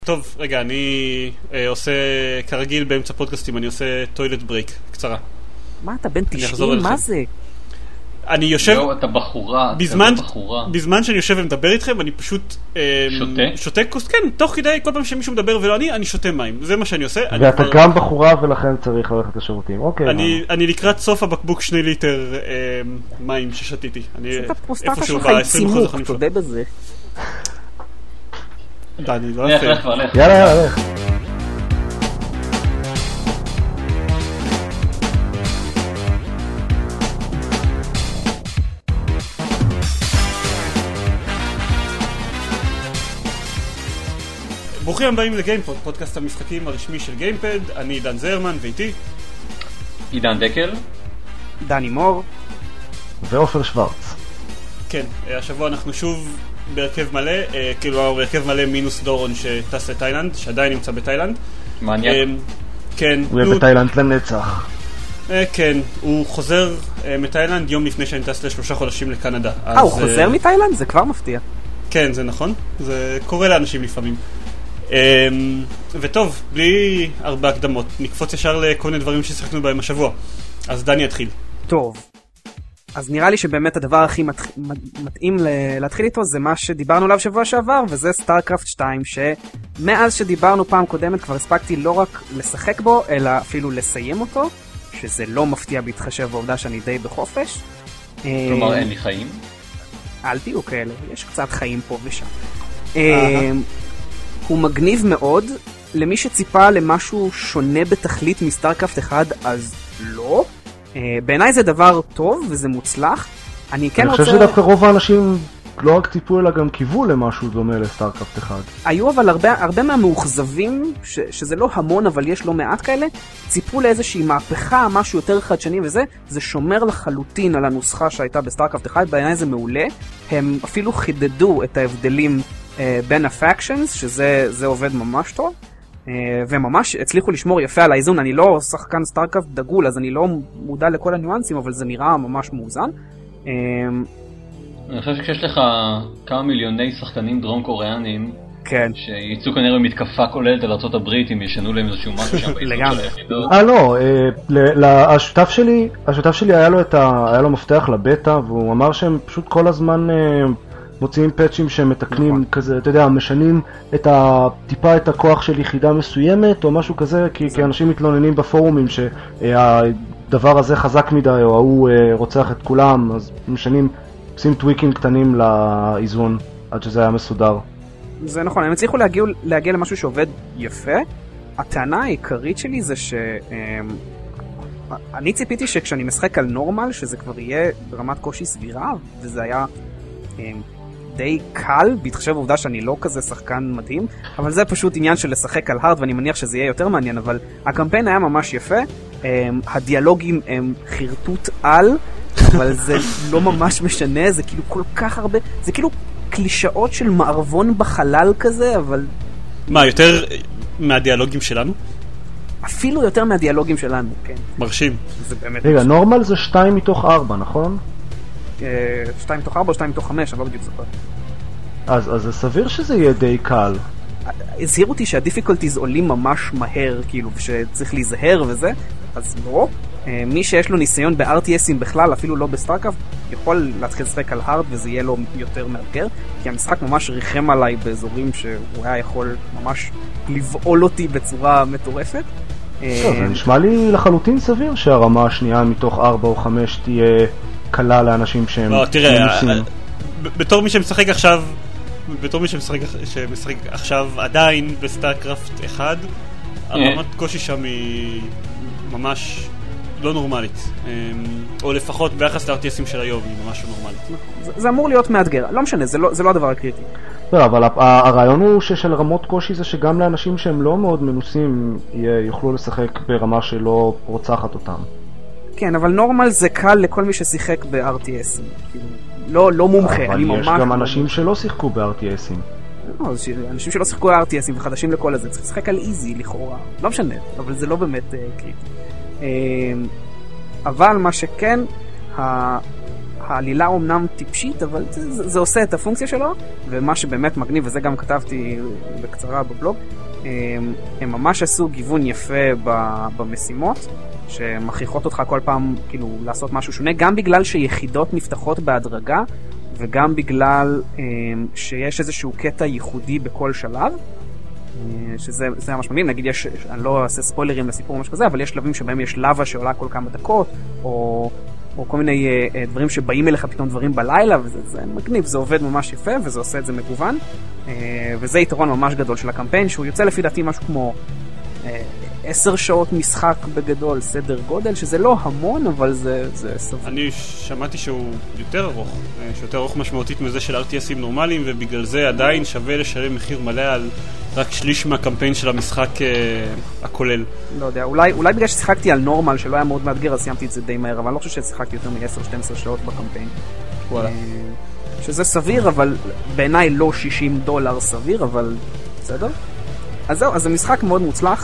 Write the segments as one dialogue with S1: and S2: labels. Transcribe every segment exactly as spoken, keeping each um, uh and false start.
S1: טוב, רגע, אני אה, עושה כרגיל באמצע פודקאסטים, אני עושה טוילט ברייק, קצרה.
S2: מה אתה בן תשעים? מה זה?
S1: אני יושב...
S3: לא, אתה בחורה,
S1: בזמן,
S3: אתה בחורה.
S1: בזמן שאני יושב ומדבר איתכם, אני פשוט... אה,
S3: שותה?
S1: שותה כוס, כן, תוך כדי, כל פעם שמישהו מדבר ולא אני, אני שותה מים. זה מה שאני עושה.
S4: ואתה
S1: כבר...
S4: גם בחורה ולכן צריך ללכת לשירותים. אוקיי.
S1: אני, אני לקראת סוף הבקבוק שני ליטר אה, מים ששתיתי. אני
S2: הפרוסטטה שלך עם צימוק, תודה בזה.
S1: דני, לא
S3: לך,
S1: יפה.
S3: לך, לך.
S4: יאללה, יאללה, לך.
S1: ברוכים הבאים לגיימפוד, פודקאסט המשחקים הרשמי של גיימפד. אני דן זרמן, ואיתי
S3: עידן דקל.
S2: דני מור.
S4: ואופר שוורץ.
S1: כן, השבוע אנחנו שוב בהרכב מלא, כאילו בהרכב מלא מינוס דורון שטס לתאילנד, שעדיין נמצא בתאילנד.
S3: מעניין.
S1: כן.
S4: הוא יהיה בתאילנד לנצח.
S1: כן, הוא חוזר מתאילנד יום לפני שאני טס לשלושה חודשים לקנדה.
S2: אה, הוא חוזר מתאילנד? זה כבר מפתיע.
S1: כן, זה נכון. זה קורה לאנשים לפעמים. וטוב, בלי הרבה הקדמות, נקפוץ ישר לכל מיני דברים ששחקנו בהם השבוע. אז דני יתחיל.
S2: טוב. אז נראה לי שבאמת הדבר הכי מתאים להתחיל איתו זה מה שדיברנו עליו שבוע שעבר, וזה סטארקראפט שתיים, שמאז שדיברנו פעם קודמת כבר הספקתי לא רק לשחק בו, אלא אפילו לסיים אותו, שזה לא מפתיע בהתחשב בעובדה שאני די בחופש.
S3: כלומר, אין לי חיים?
S2: אל תהיו כאלה, יש קצת חיים פה ושם. הוא מגניב מאוד, למי שציפה למשהו שונה בתכלית מסטארקראפט אחד, אז לא. בעיניי זה דבר טוב וזה מוצלח. אני כן רוצה...
S4: אני חושב שדווקא רוב האנשים לא רק טיפו אלא גם קיוו למשהו דומה לסטארקראפט אחד.
S2: היו אבל הרבה, הרבה מהמאוכזבים, ש, שזה לא המון אבל יש לא מעט כאלה, ציפו לאיזושהי מהפכה, משהו יותר חדשני וזה, זה שומר לחלוטין על הנוסחה שהייתה בסטארקראפט אחד, בעיניי זה מעולה. הם אפילו חידדו את ההבדלים אה, בין הפאקשנס, שזה זה עובד ממש טוב. וממש הצליחו לשמור יפה על האיזון. אני לא שחקן סטארקראפט דגול, אז אני לא מודע לכל הניואנסים, אבל זה נראה ממש מאוזן.
S3: אני חושב שכשיש לך כמה מיליוני שחקנים דרום קוריאנים,
S2: כן,
S3: שיצאו כנראה מתקפה כוללת על ארצות הברית, אם ישנו להם איזשהו משהו שם באיזון של היחידות.
S4: אה לא, השותף שלי, השותף שלי היה לו את ה, היה לו מפתח לבטא, והוא אמר שהם פשוט כל הזמן מוציאים פאצ'ים שמתקנים נכון. כזה, אתה יודע, משנים את ה, טיפה את הכוח של יחידה מסוימת או משהו כזה, כי, כי אנשים מתלוננים בפורומים שהדבר הזה חזק מדי או הוא רוצח את כולם, אז משנים, עושים טוויקים קטנים לאיזון עד שזה היה מסודר. זה
S2: נכון, הם הצליחו להגיע, להגיע למשהו שעובד יפה. הטענה העיקרית שלי זה ש... אני ציפיתי שכשאני משחק על נורמל, שזה כבר יהיה ברמת קושי סבירה, וזה היה... די קל, בהתחשב בעובדה שאני לא כזה שחקן מדהים, אבל זה פשוט עניין של לשחק על הארד, ואני מניח שזה יהיה יותר מעניין, אבל הקמפיין היה ממש יפה, הדיאלוגים הם חרטוט על, אבל זה לא ממש משנה, זה כאילו כל כך הרבה, זה כאילו קלישאות של מערבון בחלל כזה, אבל...
S1: מה, יותר מהדיאלוגים שלנו?
S2: אפילו יותר מהדיאלוגים שלנו, כן.
S1: מרשים.
S2: זה באמת...
S4: רגע, נורמל זה שתיים מתוך ארבע, נכון?
S2: שתיים מתוך ארבע או שתיים מתוך חמש, אני לא בדיוק זוכר.
S4: אז, אז זה סביר שזה יהיה די קל.
S2: הזהיר אותי שהדיפיקולטיז עולים ממש מהר, כאילו, שצריך להיזהר וזה, אז לא. מי שיש לו ניסיון ב-אר טי אסים בכלל, אפילו לא בסטארקראפט, יכול להתחיל לשחק על הארד וזה יהיה לו יותר מאתגר, כי המשחק ממש ריחם עליי באזורים שהוא היה יכול ממש לבעול אותי בצורה מטורפת.
S4: זה נשמע לי לחלוטין סביר שהרמה השנייה מתוך ארבע או חמש תהיה... קלה לאנשים שהם
S1: לא, תראה, בתור מי שמשחק עכשיו בתור מי שמשחק שמשחק עכשיו עדיין בסטארקראפט אחד, הרמת קושי שם היא ממש לא נורמלית, או לפחות ביחס ל-אר טי אסים של היום היא ממש לא נורמלית.
S2: זה אמור להיות מאתגר, לא משנה, זה לא הדבר הקריטי.
S4: לא, אבל הרעיון הוא ששל רמות קושי זה שגם לאנשים שהם לא מאוד מנוסים יוכלו לשחק ברמה שלא רוצחת אותם. כן,
S2: אבל נורמל זה קל לכל מי ששיחק ב-אר טי אסים. לא, לא מומחה, אני ממש...
S4: אבל יש גם אנשים שלא שיחקו ב-אר טי אסים.
S2: לא, אנשים שלא שיחקו ב-אר טי אסים וחדשים לכל הזה, צריך לשחק על איזי לכאורה. לא משנה, אבל זה לא באמת קריטי. אבל מה שכן, העלילה אומנם טיפשית, אבל זה, זה עושה את הפונקציה שלו, ומה שבאמת מגניב, וזה גם כתבתי בקצרה בבלוג, הם, הם ממש עשו גיוון יפה במשימות, שמכריחות אותך כל פעם כאילו לעשות משהו שונה, גם בגלל שיחידות נפתחות בהדרגה, וגם בגלל שיש איזשהו קטע ייחודי בכל שלב, שזה זה ממש מגניב. נגיד יש, אני לא אעשה ספוילרים לסיפור ממש כזה, אבל יש שלבים שבהם יש לבה שעולה כל כמה דקות, או, או כל מיני uh, דברים שבאים אליך פתאום דברים בלילה, וזה זה מגניב, זה עובד ממש יפה, וזה עושה את זה מגוון, uh, וזה יתרון ממש גדול של הקמפיין, שהוא יוצא לפי דעתי משהו כמו uh, עשר שעות משחק בגדול, סדר גודל, שזה לא המון, אבל זה, זה סביר.
S1: אני שמעתי שהוא יותר ארוך, שיותר ארוך משמעותית מזה של אר טי אסים נורמליים, ובגלל זה עדיין שווה לשלם מחיר מלא על רק שליש מהקמפיין של המשחק uh, הכולל.
S2: לא יודע, אולי, אולי בגלל ששיחקתי על נורמל שלא היה מאוד מאתגר, אז סיימתי את זה די מהר, אבל אני לא חושב ששיחקתי יותר מ-עשר שתים עשרה שעות בקמפיין.
S1: וואלה.
S2: שזה סביר, אבל בעיניי לא שישים דולר סביר, אבל בסדר. אז זהו, אז המשחק מאוד מוצלח.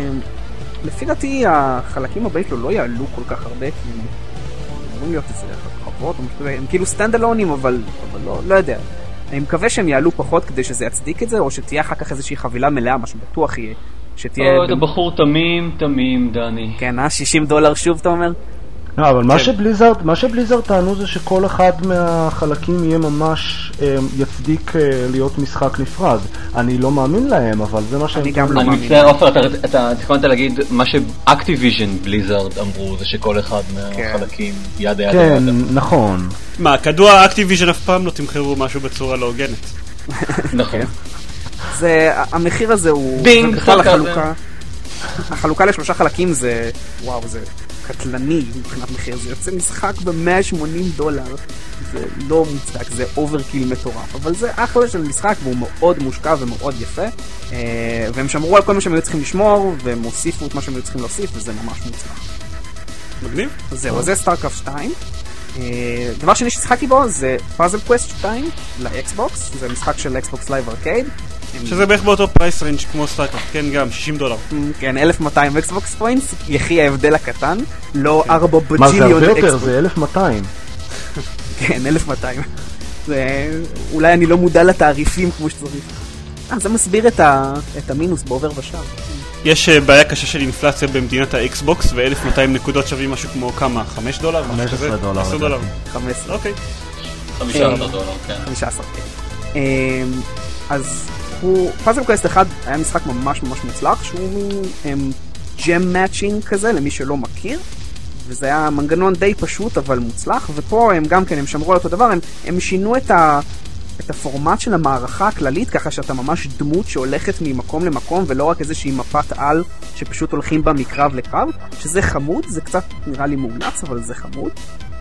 S2: לפי דעתי, החלקים הבאים שלו לא יעלו כל כך הרבה, כי הם אמורים להיות איזה חוות, הם כאילו סטנדלונים, אבל, אבל לא, לא יודע. אני מקווה שהם יעלו פחות כדי שזה יצדיק את זה, או שתהיה אחר כך איזושהי חבילה מלאה, משהו בטוח יהיה.
S3: שתהיה... או, אתה בחור תמים, תמים, דני.
S2: כן, אה? שישים דולר שוב, אתה אומר?
S4: לא, אבל מה שבליזרד, מה שבליזרד טענו זה שכל אחד מהחלקים יהיה ממש יצדיק להיות משחק נפרד. אני לא מאמין להם, אבל זה מה שאני...
S2: אני גם לא מאמין.
S3: אני מצטער, עופר, אתה תכוונת להגיד, מה שאקטיביז'ן בליזרד אמרו זה שכל אחד מהחלקים יד יד יד.
S4: כן, נכון.
S1: מה, כדוע אקטיביז'ן אף פעם לא תמחרו משהו בצורה לא הוגנת.
S3: נכון.
S2: זה, המחיר הזה הוא...
S3: בינג,
S2: החלוקה. החלוקה לשלושה חלקים זה... וואו, זה... קטלני מבחינת מחיר, זה יוצא משחק ב-מאה ושמונים דולר, זה לא מוצדק, זה אוברקיל מטורף, אבל זה אחלה של משחק והוא מאוד מושקע ומאוד יפה, והם שמרו על כל מה שהם היו צריכים לשמור, והם הוסיפו את מה שהם היו צריכים להוסיף, וזה ממש מוצלח.
S1: מגניב?
S2: זהו, זה סטארקראפט שתיים. דבר שני ששחקתי בו זה פאזל קווסט שתיים לאקסבוקס, זה משחק של אקסבוקס לייב ארקייד,
S1: שזה בערך באותו פרייס ריינג' כמו סטארקראפט, כן, גם שישים דולר.
S2: כן, אלף ומאתיים אקסבוקס פוינטס, יחי ההבדל הקטן, לא ארבע בג'יליון
S4: אקסבוקס. מה זה הרבה יותר? זה אלף ומאתיים.
S2: כן, אלף ומאתיים. אולי אני לא מודע לתעריפים כמו שצריך. אה, זה מסביר את המינוס בעובר ושאר.
S1: יש בעיה קשה של אינפלציה במדינת האקסבוקס, ו-אלף ומאתיים נקודות שווים משהו כמו כמה? חמש דולר?
S4: חמש עשרה דולר.
S1: עשרה דולר.
S2: חמש עשרה.
S1: אוקיי.
S3: חמישה עשר דולר, כן.
S2: חמישה עשר, כן. אז הוא, פאזל קווסט אחד היה משחק ממש ממש מוצלח, שהוא מין ג'ם מאצ'ינג כזה, למי שלא מכיר, וזה היה מנגנון די פשוט אבל מוצלח, ופה הם גם כן, הם שמרו על אותו דבר, הם, הם שינו את, ה, את הפורמט של המערכה הכללית, ככה שאתה ממש דמות שהולכת ממקום למקום, ולא רק איזושהי מפת על שפשוט הולכים בה מקרב לקרב, שזה חמוד, זה קצת נראה לי מאונץ, אבל זה חמוד.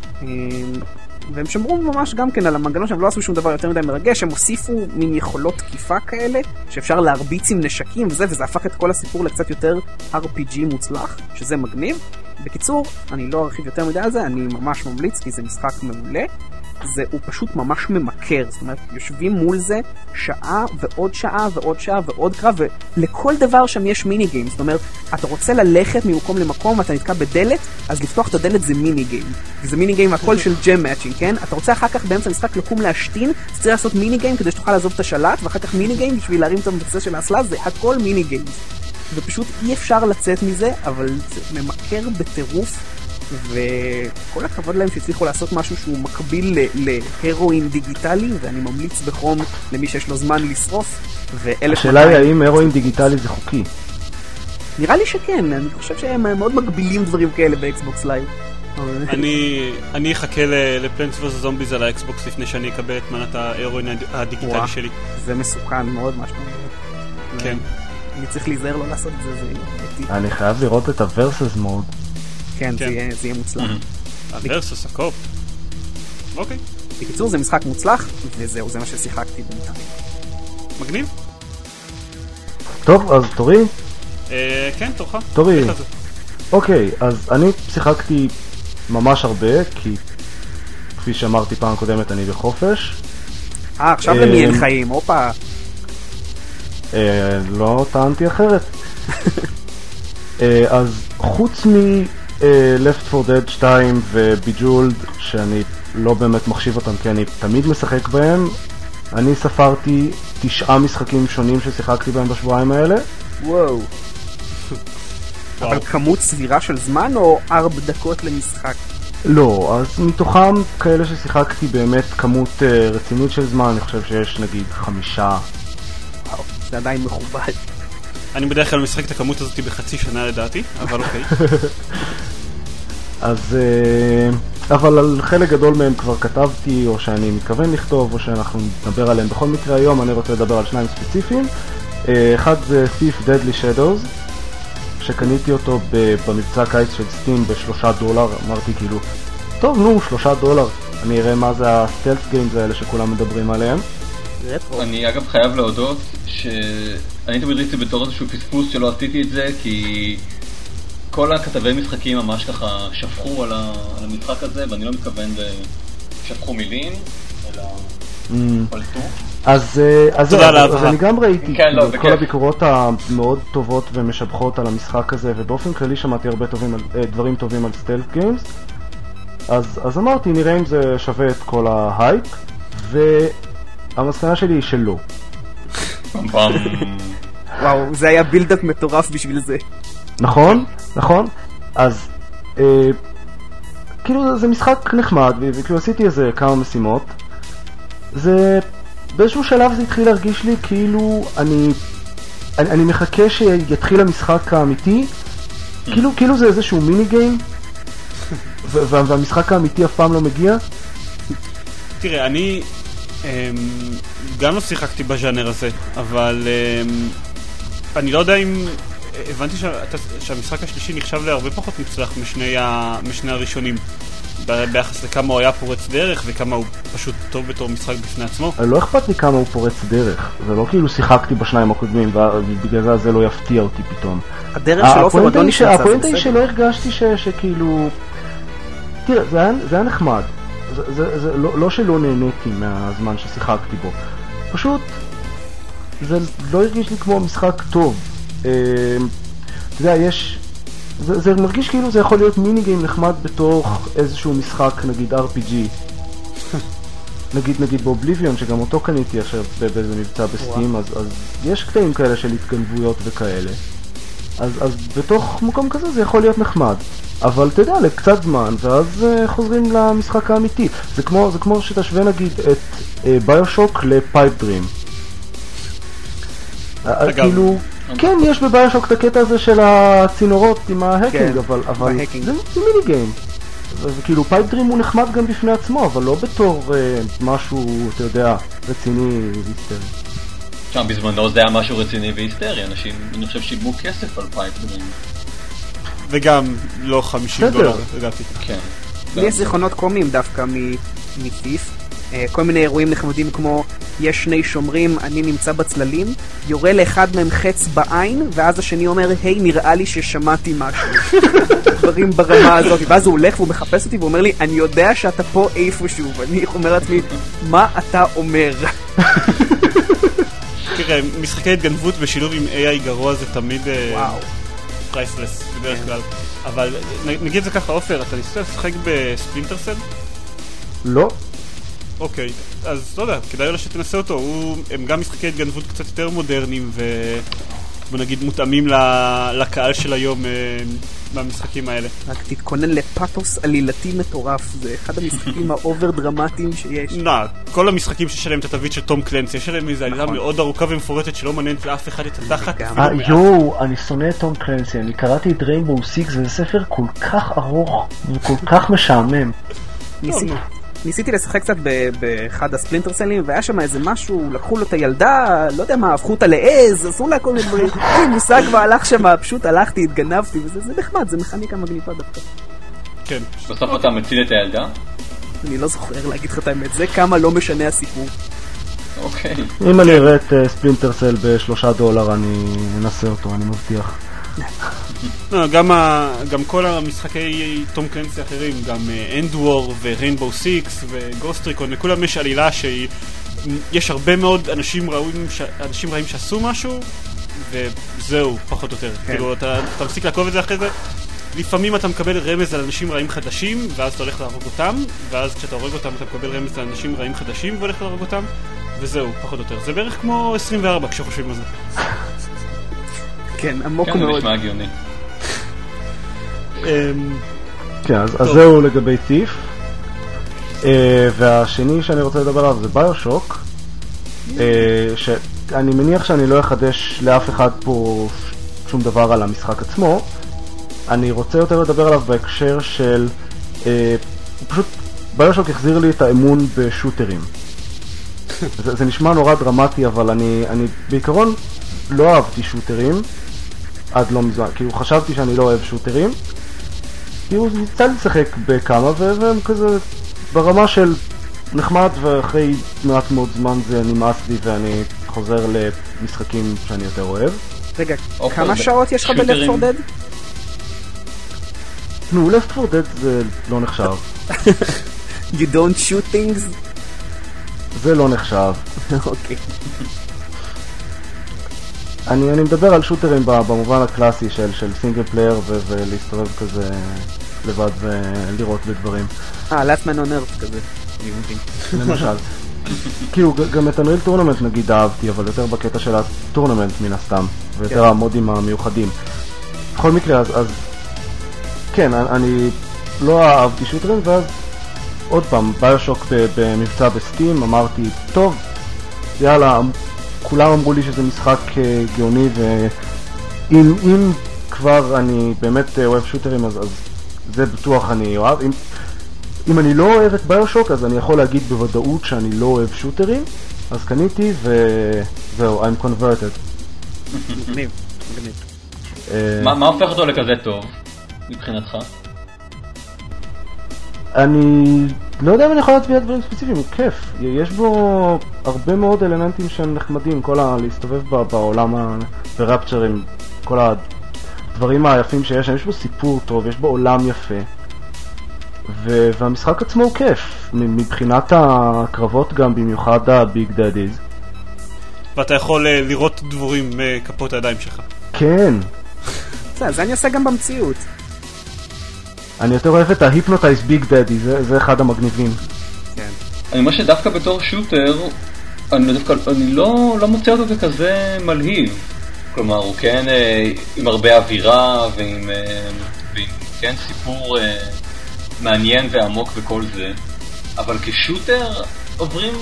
S2: והם שמרו ממש גם כן על המנגנון שהם לא עשו שום דבר יותר מדי מרגש, הם הוסיפו מין יכולות תקיפה כאלה שאפשר להרביץ עם נשקים וזה, וזה הפך את כל הסיפור לקצת יותר אר פי ג'י מוצלח, שזה מגניב. בקיצור, אני לא ארחיב יותר מדי על זה, אני ממש ממליץ כי זה משחק מעולה, זה, הוא פשוט ממש ממכר, זאת אומרת, יושבים מול זה שעה ועוד שעה ועוד שעה ועוד קרב, ולכל דבר שם יש מיני גיים, זאת אומרת, אתה רוצה ללכת ממקום למקום ואתה נתקע בדלת, אז לפתוח את הדלת זה מיני גיים, וזה מיני גיים הכל של ג'ם מאצ'ינג, כן? אתה רוצה אחר כך באמצע המשחק לקום להשתין, אז צריך לעשות מיני גיים כדי שתוכל לעזוב את השלט, ואחר כך מיני גיים בשביל להרים את המבצע של האסלה, זה הכל מיני גיים, ופשוט אי אפשר לצאת מזה, אבל זה ממכר בטירוף, וכל הכבוד להם שהצליחו לעשות משהו שהוא מקביל להרואין דיגיטלי, ואני ממליץ בחום למי שיש לו זמן לשרוף.
S4: השאלה היא האם הרואין דיגיטלי זה חוקי?
S2: נראה לי שכן, אני חושב שהם מאוד מגבילים דברים כאלה באקסבוקס לייב.
S1: אני אחכה לפלנטס ורסס זומביז על האקסבוקס לפני שאני אקבל את מנת ההרואין הדיגיטלי שלי.
S2: זה מסוכן מאוד משהו.
S1: כן.
S2: אני צריך להיזהר לא לעשות את זה.
S4: אני חייב לראות את הוורסס מוד.
S2: כן, זה יהיה מוצלח.
S1: הוורסוס, הקופ. אוקיי.
S2: בקיצור, זה משחק מוצלח, וזהו, זה מה ששיחקתי בינתיים.
S1: מגניב?
S4: טוב, אז תורי?
S1: כן, תורך.
S4: תורי. אוקיי, אז אני שיחקתי ממש הרבה, כי כפי שאמרתי פעם קודמת, אני בחופש.
S2: אה, עכשיו למי אין חיים, הופה.
S4: לא טענתי אחרת. אז חוץ מ... Left four Dead שתיים וביג'ולד, שאני לא באמת מחשיב אותם, כי אני תמיד משחק בהם. אני ספרתי תשעה משחקים שונים ששיחקתי בהם בשבועיים האלה.
S2: וואו. אבל כמות סבירה של זמן או ארבע דקות למשחק?
S4: לא, אז מתוכם כאלה ששיחקתי באמת כמות uh, רצינית של זמן, אני חושב שיש נגיד חמישה.
S2: וואו, זה עדיין מכובד.
S1: אני בדרך כלל משחק את הכמות הזאת בחצי שנה לדעתי, אבל אוקיי.
S4: אז, uh, אבל על חלק גדול מהם כבר כתבתי, או שאני מתכוון לכתוב, או שאנחנו נדבר עליהם. בכל מקרה היום אני רוצה לדבר על שניים ספציפיים. Uh, אחד זה Thief Deadly Shadows, שקניתי אותו במבצע קיץ של סטים בשלושה דולר, אמרתי כאילו, טוב נו, שלושה דולר, אני אראה מה זה הסטלס גיימס האלה שכולם מדברים עליהם.
S3: אני אגב חייב להודות שאני תמיד ראיתי בתור איזשהו פספוס שלא עשיתי את זה, כי כל הכתבי משחקים ממש ככה שפכו על המשחק הזה, ואני לא מתכוון שפכו מילים, אלא פלטו.
S4: אז, אז, אז אני גם ראיתי כן, לא, כל הביקורות המאוד טובות ומשבחות על המשחק הזה, ובאופן כללי שמעתי הרבה טובים, דברים טובים על סטלס גיימס. אז, אז אמרתי, נראה אם זה שווה את כל ההייפ, והמסקנה שלי היא שלא.
S2: וואו, זה היה בילדאפ מטורף בשביל זה.
S4: נכון, נכון. אז אה, כאילו זה משחק נחמד, וכאילו עשיתי איזה כמה משימות. זה באיזשהו שלב זה התחיל להרגיש לי כאילו אני אני, אני מחכה שיתחיל המשחק האמיתי, כאילו כאילו זה איזשהו מיני גיים, והמשחק האמיתי אף פעם לא מגיע.
S1: תראה, אני גם לא שיחקתי בז'אנר הזה, אבל אני לא יודע אם הבנתי שהמשחק השלישי נחשב להרבה פחות מצלח משני הראשונים, ביחס לכמה הוא היה פורץ דרך וכמה הוא פשוט טוב בתור משחק בפני עצמו.
S4: לא אכפת לי כמה הוא פורץ דרך, זה לא כאילו שיחקתי בשניים הקודמים ובגלל זה זה לא יפתיע אותי פתאום.
S2: הדרך של אופן עוד לא נשמע.
S4: הפואנטה היא שלא הרגשתי שכאילו, תראה, זה היה נחמד, לא שלא נהניתי מהזמן ששיחקתי בו, פשוט זה לא הרגיש לי כמו משחק טוב. אתה יודע, יש זה, זה מרגיש כאילו זה יכול להיות מיני גיים נחמד בתוך איזשהו משחק, נגיד אר פי ג'י. נגיד נגיד באובליביון, שגם אותו קניתי עכשיו באיזה מבצע בסטים, אז, אז יש קטעים כאלה של התגנבויות וכאלה. אז, אז בתוך מקום כזה זה יכול להיות נחמד. אבל אתה יודע, לקצת זמן, ואז uh, חוזרים למשחק האמיתי. זה כמו, זה כמו שתשווה נגיד את uh, ביושוק לפייפ דרים. כאילו, כן, יש בביושוק את הקטע הזה של הצינורות עם ההקינג, אבל, אבל זה מיני גיים. וכאילו פייפ דרים הוא נחמד גם בפני עצמו, אבל לא בתור משהו, אתה יודע, רציני והיסטרי.
S3: שם בזמנו זה היה משהו רציני והיסטרי, אנשים, אני חושב, שילמו כסף על פייפ דרים.
S1: וגם לא חמישים דולר, לדעתי.
S3: כן.
S2: לי יש זיכרונות קומיים דווקא מטיף. כל מיני אירועים נחמדים כמו יש שני שומרים, אני נמצא בצללים, יורה לאחד מהם חץ בעין, ואז השני אומר, היי, נראה לי ששמעתי משהו. דברים ברמה הזאת, ואז הוא הולך והוא מחפש אותי ואומר לי, אני יודע שאתה פה איפשהו, ואני אומר לעצמי, מה אתה אומר?
S1: תראה, משחקי התגנבות בשילוב עם איי איי גרוע זה תמיד פרייסלס בדרך כלל. אבל נגיד את זה ככה, אופר, אתה ניסית לשחק בספלינטר סל?
S4: לא.
S1: אוקיי, אז לא יודע, כדאי אולי שתנסה אותו. הוא, הם גם משחקי התגנבות קצת יותר מודרניים ובוא נגיד מותאמים לקהל של היום מהמשחקים האלה.
S2: רק תתכונן לפאתוס עלילתי מטורף, זה אחד המשחקים האובר דרמטיים שיש.
S1: נע, כל המשחקים שיש עליהם את התווית של תום קלנסי, יש עליהם איזו עלילה מאוד ארוכה ומפורטת שלא מעניינת לאף אחד את התחת.
S4: יואו, אני שונא את תום קלנסי, אני קראתי את ריינבואו סיקס, זה ספר כל כך ארוך וכל כך משעמם.
S2: ניסיתי. ניסיתי לשחק קצת באחד הספלינטר סלים, והיה שם איזה משהו, לקחו לו את הילדה, לא יודע מה, הפכו אותה לעז, עשו לה כל מיני דברים, אין לי מושג והלך שם, פשוט הלכתי, התגנבתי, וזה נחמד, זה מכניקה מגניפה דווקא.
S1: כן.
S3: בסוף אתה מציל את הילדה?
S2: אני לא זוכר להגיד לך את האמת, זה כמה לא משנה הסיפור.
S3: אוקיי.
S4: אם אני אראה את ספלינטר סל בשלושה דולר, אני אנסה אותו, אני מבטיח.
S1: גם, גם כל המשחקי תום קלנסי האחרים, גם אנד וור וריינבואו סיקס וגוסט ריקון, לכולם יש עלילה שיש הרבה מאוד אנשים רעים, אנשים רעים שעשו משהו וזהו, פחות או יותר. כאילו, אתה, אתה מפסיק לעקוב את זה אחרי זה לפעמים אתה מקבל רמז על אנשים רעים חדשים, ואז אתה הולך להרוג אותם, ואז כשאתה הורג אותם אתה מקבל רמז על אנשים רעים חדשים והולך להרוג אותם, וזהו, פחות או יותר. זה בערך כמו עשרים וארבע כשחושבים על זה.
S2: כן, עמוק
S3: כן, זה
S2: מאוד.
S3: נשמע הגיוני.
S4: כן, אז אז זהו לגבי טיף. והשני שאני רוצה לדבר עליו זה ביושוק, שאני מניח שאני לא אחדש לאף אחד פה שום דבר על המשחק עצמו. אני רוצה יותר לדבר עליו בהקשר של פשוט ביושוק החזיר לי את האמון בשוטרים. זה, זה נשמע נורא דרמטי, אבל אני, אני בעיקרון לא אהבתי שוטרים עד לא מזמן, כאילו חשבתי שאני לא אוהב שוטרים, כאילו יצא לי לשחק בכמה והם כזה ברמה של נחמד, ואחרי מעט מאוד זמן זה נמאס לי ואני חוזר למשחקים שאני יותר אוהב.
S2: רגע, כמה שעות יש לך ב-Left פור Dead?
S4: נו, Left פור Dead זה לא נחשב.
S2: You don't shoot things?
S4: זה לא נחשב.
S2: אוקיי.
S4: אני, אני מדבר על שוטרים במובן הקלאסי של, של סינגל פלייר ו- ולהסתובב כזה לבד ולראות בדברים.
S2: אה, Last Man on Earth כזה. אני מבין.
S4: למשל. כאילו, גם את Unreal Tournament נגיד אהבתי, אבל יותר בקטע של הטורנמנט מן הסתם, ויותר המודים המיוחדים. בכל מקרה, אז, אז כן, אני לא אהבתי שוטרים, ואז עוד פעם, ביושוק במבצע בסטים, אמרתי, טוב, יאללה, כולם אמרו לי שזה משחק גאוני, ואם אם כבר אני באמת אוהב שוטרים, אז, אז זה בטוח אני אוהב. אם, אם אני לא אוהב את ביושוק, אז אני יכול להגיד בוודאות שאני לא אוהב שוטרים, אז קניתי וזהו, I'm converted.
S2: מגניב, מגניב.
S3: מה, מה הופך אותו לכזה טוב, מבחינתך?
S4: אני לא יודע אם אני יכול להצביע דברים ספציפיים, הוא כיף. יש בו הרבה מאוד אלמנטים שהם נחמדים, כל ה... להסתובב בעולם ברפצ'רים, כל הדברים היפים שיש, יש בו סיפור טוב, יש בו עולם יפה. ו... והמשחק עצמו הוא כיף, מבחינת הקרבות גם, במיוחד הביג דאדיז.
S1: ואתה יכול uh, לראות דבורים מכפות הידיים שלך.
S4: כן.
S2: זה, זה אני עושה גם במציאות.
S4: אני יותר אוהב את ההיפנוטייז ביג דאדי, זה, זה אחד המגניבים.
S2: כן.
S3: אני אומר שדווקא בתור שוטר, אני, דווקא, אני לא, לא מוצא אותו ככזה מלהיב. כלומר, הוא כן אה, עם הרבה אווירה ועם, אה, ועם כן, סיפור אה, מעניין ועמוק וכל זה. אבל כשוטר עוברים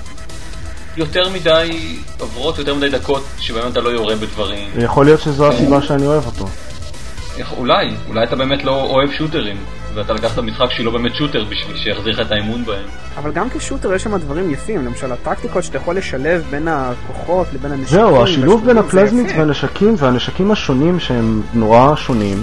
S3: יותר מדי, עוברות יותר מדי דקות שבהם אתה לא יורה בדברים.
S4: יכול להיות שזו הסיבה שאני אוהב אותו.
S3: אולי, אולי אתה באמת לא אוהב שוטרים, ואתה לקחת משחק שהיא לא באמת שוטר בשביל שיחזיר לך את האימון בהם.
S2: אבל גם כשוטר יש שם דברים יפים, למשל הטקטיקות שאתה יכול לשלב בין הכוחות לבין הנשקים.
S4: זהו, השילוב בין הפלזמיץ והנשקים והנשקים השונים שהם נורא שונים,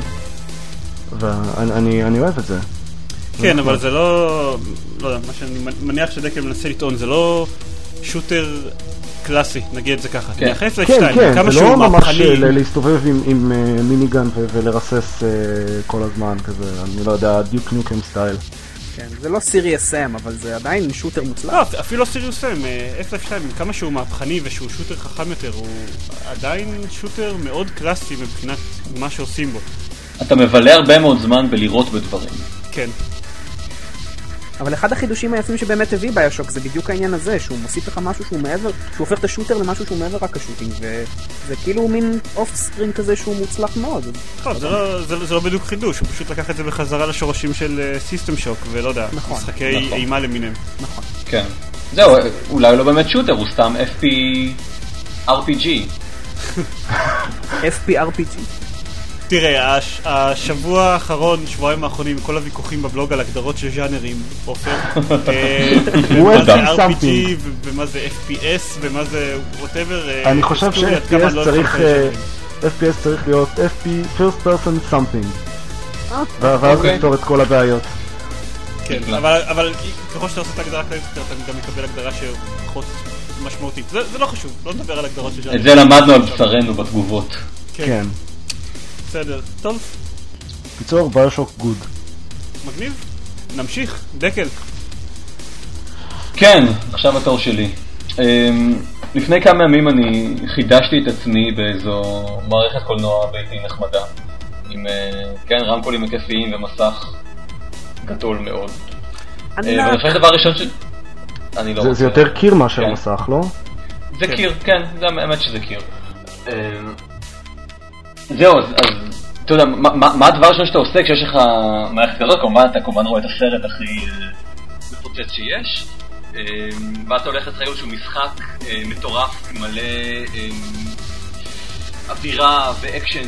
S4: ואני אני אוהב את זה.
S1: כן, אבל זה לא, לא יודע, מה שאני מניח שדקל מנסה לטעון, זה לא שוטר קלאסי, נגיד את זה ככה.
S4: כן, כן, כן, זה לא ממש להסתובב עם מיניגן ולרסס כל הזמן כזה, אני לא יודע, דיוק ניוקם סטייל.
S2: כן, זה לא סיריוס אם, אבל זה עדיין שוטר מוצלח.
S1: לא, אפילו לא סיריוס אם, אף אף שתיים, כמה שהוא מהפכני ושהוא שוטר חכם יותר, הוא עדיין שוטר מאוד קלאסי מבחינת מה שעושים בו.
S3: אתה מבלה הרבה מאוד זמן בלראות בדברים.
S1: כן.
S2: אבל אחד החידושים היפים שבאמת הביא ביושוק זה בדיוק העניין הזה, שהוא מוסיף לך משהו שהוא מעבר, שהוא הופך את השוטר למשהו שהוא מעבר רק השוטינג, וזה כאילו מין אוף סקרין כזה שהוא מוצלח מאוד.
S1: טוב, זה לא, זה, זה לא בדיוק חידוש, הוא פשוט לקח את זה בחזרה לשורשים של סיסטם שוק, ולא יודע,
S2: נכון,
S1: משחקי
S2: נכון.
S1: אימה למיניהם.
S2: נכון.
S3: כן. זהו, אולי לא באמת שוטר, הוא סתם אף פי אר פי ג'י.
S2: אף פי אר פי ג'י.
S1: תראה, הש, השבוע האחרון, שבועיים האחרונים, כל הוויכוחים בבלוג על הגדרות של ז'אנרים, עופר, ומה זה אר פי ג'י, ומה זה אף פי אס, ומה זה whatever.
S4: אני חושב ש-אף פי אס צריך, אף פי אס צריך להיות אף פי First Person Something, ואז לפתור את כל הבעיות.
S1: כן, אבל ככל שאתה עושה את ההגדרה כללית, אתה גם מקבל הגדרה שפחות משמעותית. זה לא חשוב, לא נדבר על הגדרות של ז'אנרים.
S3: את זה למדנו על בשרנו בתגובות.
S4: כן.
S1: בסדר, טוב.
S4: קיצור, ביושוק גוד.
S1: מגניב. נמשיך, דקל.
S3: כן, עכשיו התור שלי. לפני כמה ימים אני חידשתי את עצמי באיזו מערכת קולנוע ביתי נחמדה. עם כן, רמקולים היקפיים ומסך גדול מאוד.
S2: ענק.
S3: ואני חושב דבר ראשון ש... אני לא
S4: זה,
S3: רוצה...
S4: זה יותר קיר מאשר כן. מסך, לא?
S3: זה כן. קיר, כן, זה האמת שזה קיר. זהו, אז, אז אתה יודע, מה, מה הדבר ראשון שאתה עושה כשיש לך מערכת כזאת? כמובן, אתה כמובן רואה את הסרט הכי מפוצץ שיש, ואתה הולך לשחק איזשהו משחק מטורף, מלא אווירה ואקשן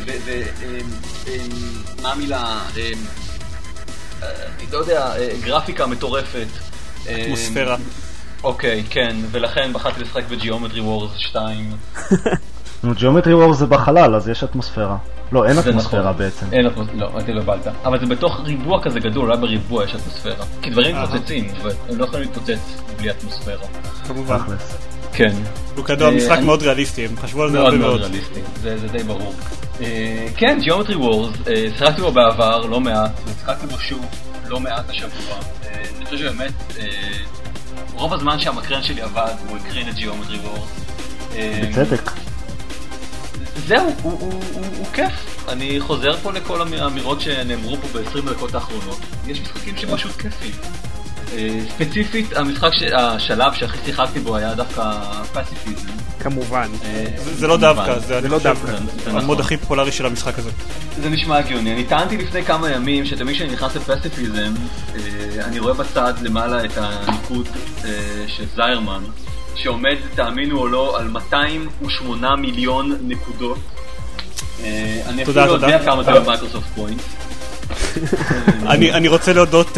S3: ומה המילה, אני לא יודע, גרפיקה מטורפת.
S1: אטמוספירה.
S3: אוקיי, כן, ולכן בחרתי לשחק בג'יאומטרי וורס שתיים.
S4: ג'יאומטרי וורס זה בחלל, אז יש אטמוספירה. לא, אין אטמוספירה בעצם.
S3: אין אטמוספירה, לא, הייתי לבלת. אבל זה בתוך ריבוע כזה גדול, אולי בריבוע יש אטמוספירה. כי דברים מתפוצצים, והם לא יכולים להתפוצץ בלי אטמוספירה.
S1: כמובן.
S3: כן.
S1: לוקדו, המשחק מאוד ריאליסטי, הם חשבו על זה הרבה מאוד.
S3: מאוד ריאליסטי, זה די ברור. כן, ג'יאומטרי וורס, שחקתי בו בעבר, לא מעט, ושחקתי בו שוב, לא מעט השבוע. אני חושב שבאמת, רוב הזמן שהמקרן שלי עבד, הוא הקרין את ג'יאומטרי וורס.
S4: בצדק.
S3: זהו, הוא, הוא, הוא, הוא כיף. אני חוזר פה לכל האמירות שנאמרו פה ב-עשרים דקות האחרונות. יש משחקים שפשוט כיפים. ספציפית, המשחק, השלב שהכי שיחקתי בו היה דווקא פסיפיזם.
S2: כמובן.
S1: זה לא דווקא, זה לא דווקא. המוד הכי פופולרי של המשחק הזה.
S3: זה נשמע הגיוני. אני טענתי לפני כמה ימים שתמיד כשאני נכנס לפסיפיזם, אני רואה בצד למעלה את הניקוד של זיירמן, שעומד, תאמינו או לא, על מאתיים ושמונה מיליון נקודות. אני אפילו לא יודע כמה זה במייקרוסופט פוינט.
S1: אני רוצה להודות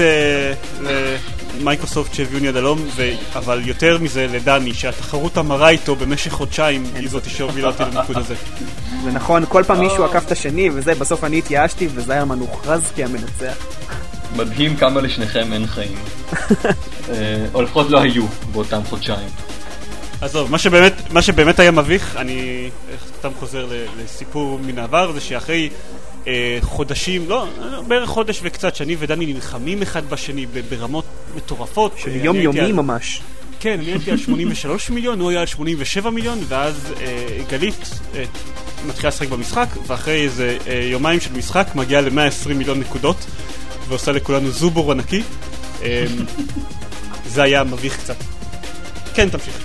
S1: למייקרוסופט שהביאו לי עד הלום, אבל יותר מזה לדני, שהתחרות אמרה איתו במשך חודשיים, היא זאת שהובילה אותי לנקוד הזה.
S2: זה נכון, כל פעם מישהו עקף את השני, וזה, בסוף אני התייאשתי, וזיירמן הוכרז כהמנצח.
S3: מדהים כמה לשניכם אין חיים. או לפחות לא היו באותם חודשיים.
S1: עזוב, מה שבאמת, מה שבאמת היה מביך, אני סתם חוזר לסיפור מן העבר, זה שאחרי אה, חודשים, לא, בערך חודש וקצת, שאני ודני נלחמים אחד בשני ברמות מטורפות.
S2: יום יומי על, ממש.
S1: כן, אני הייתי על שמונים ושלושה מיליון, הוא היה על שמונים ושבעה מיליון, ואז אה, גלית אה, מתחילה לשחק במשחק, ואחרי איזה אה, יומיים של משחק מגיעה ל-מאה ועשרים מיליון נקודות, ועושה לכולנו זובור ענקי. אה, זה היה מביך קצת. כן, תמשיך.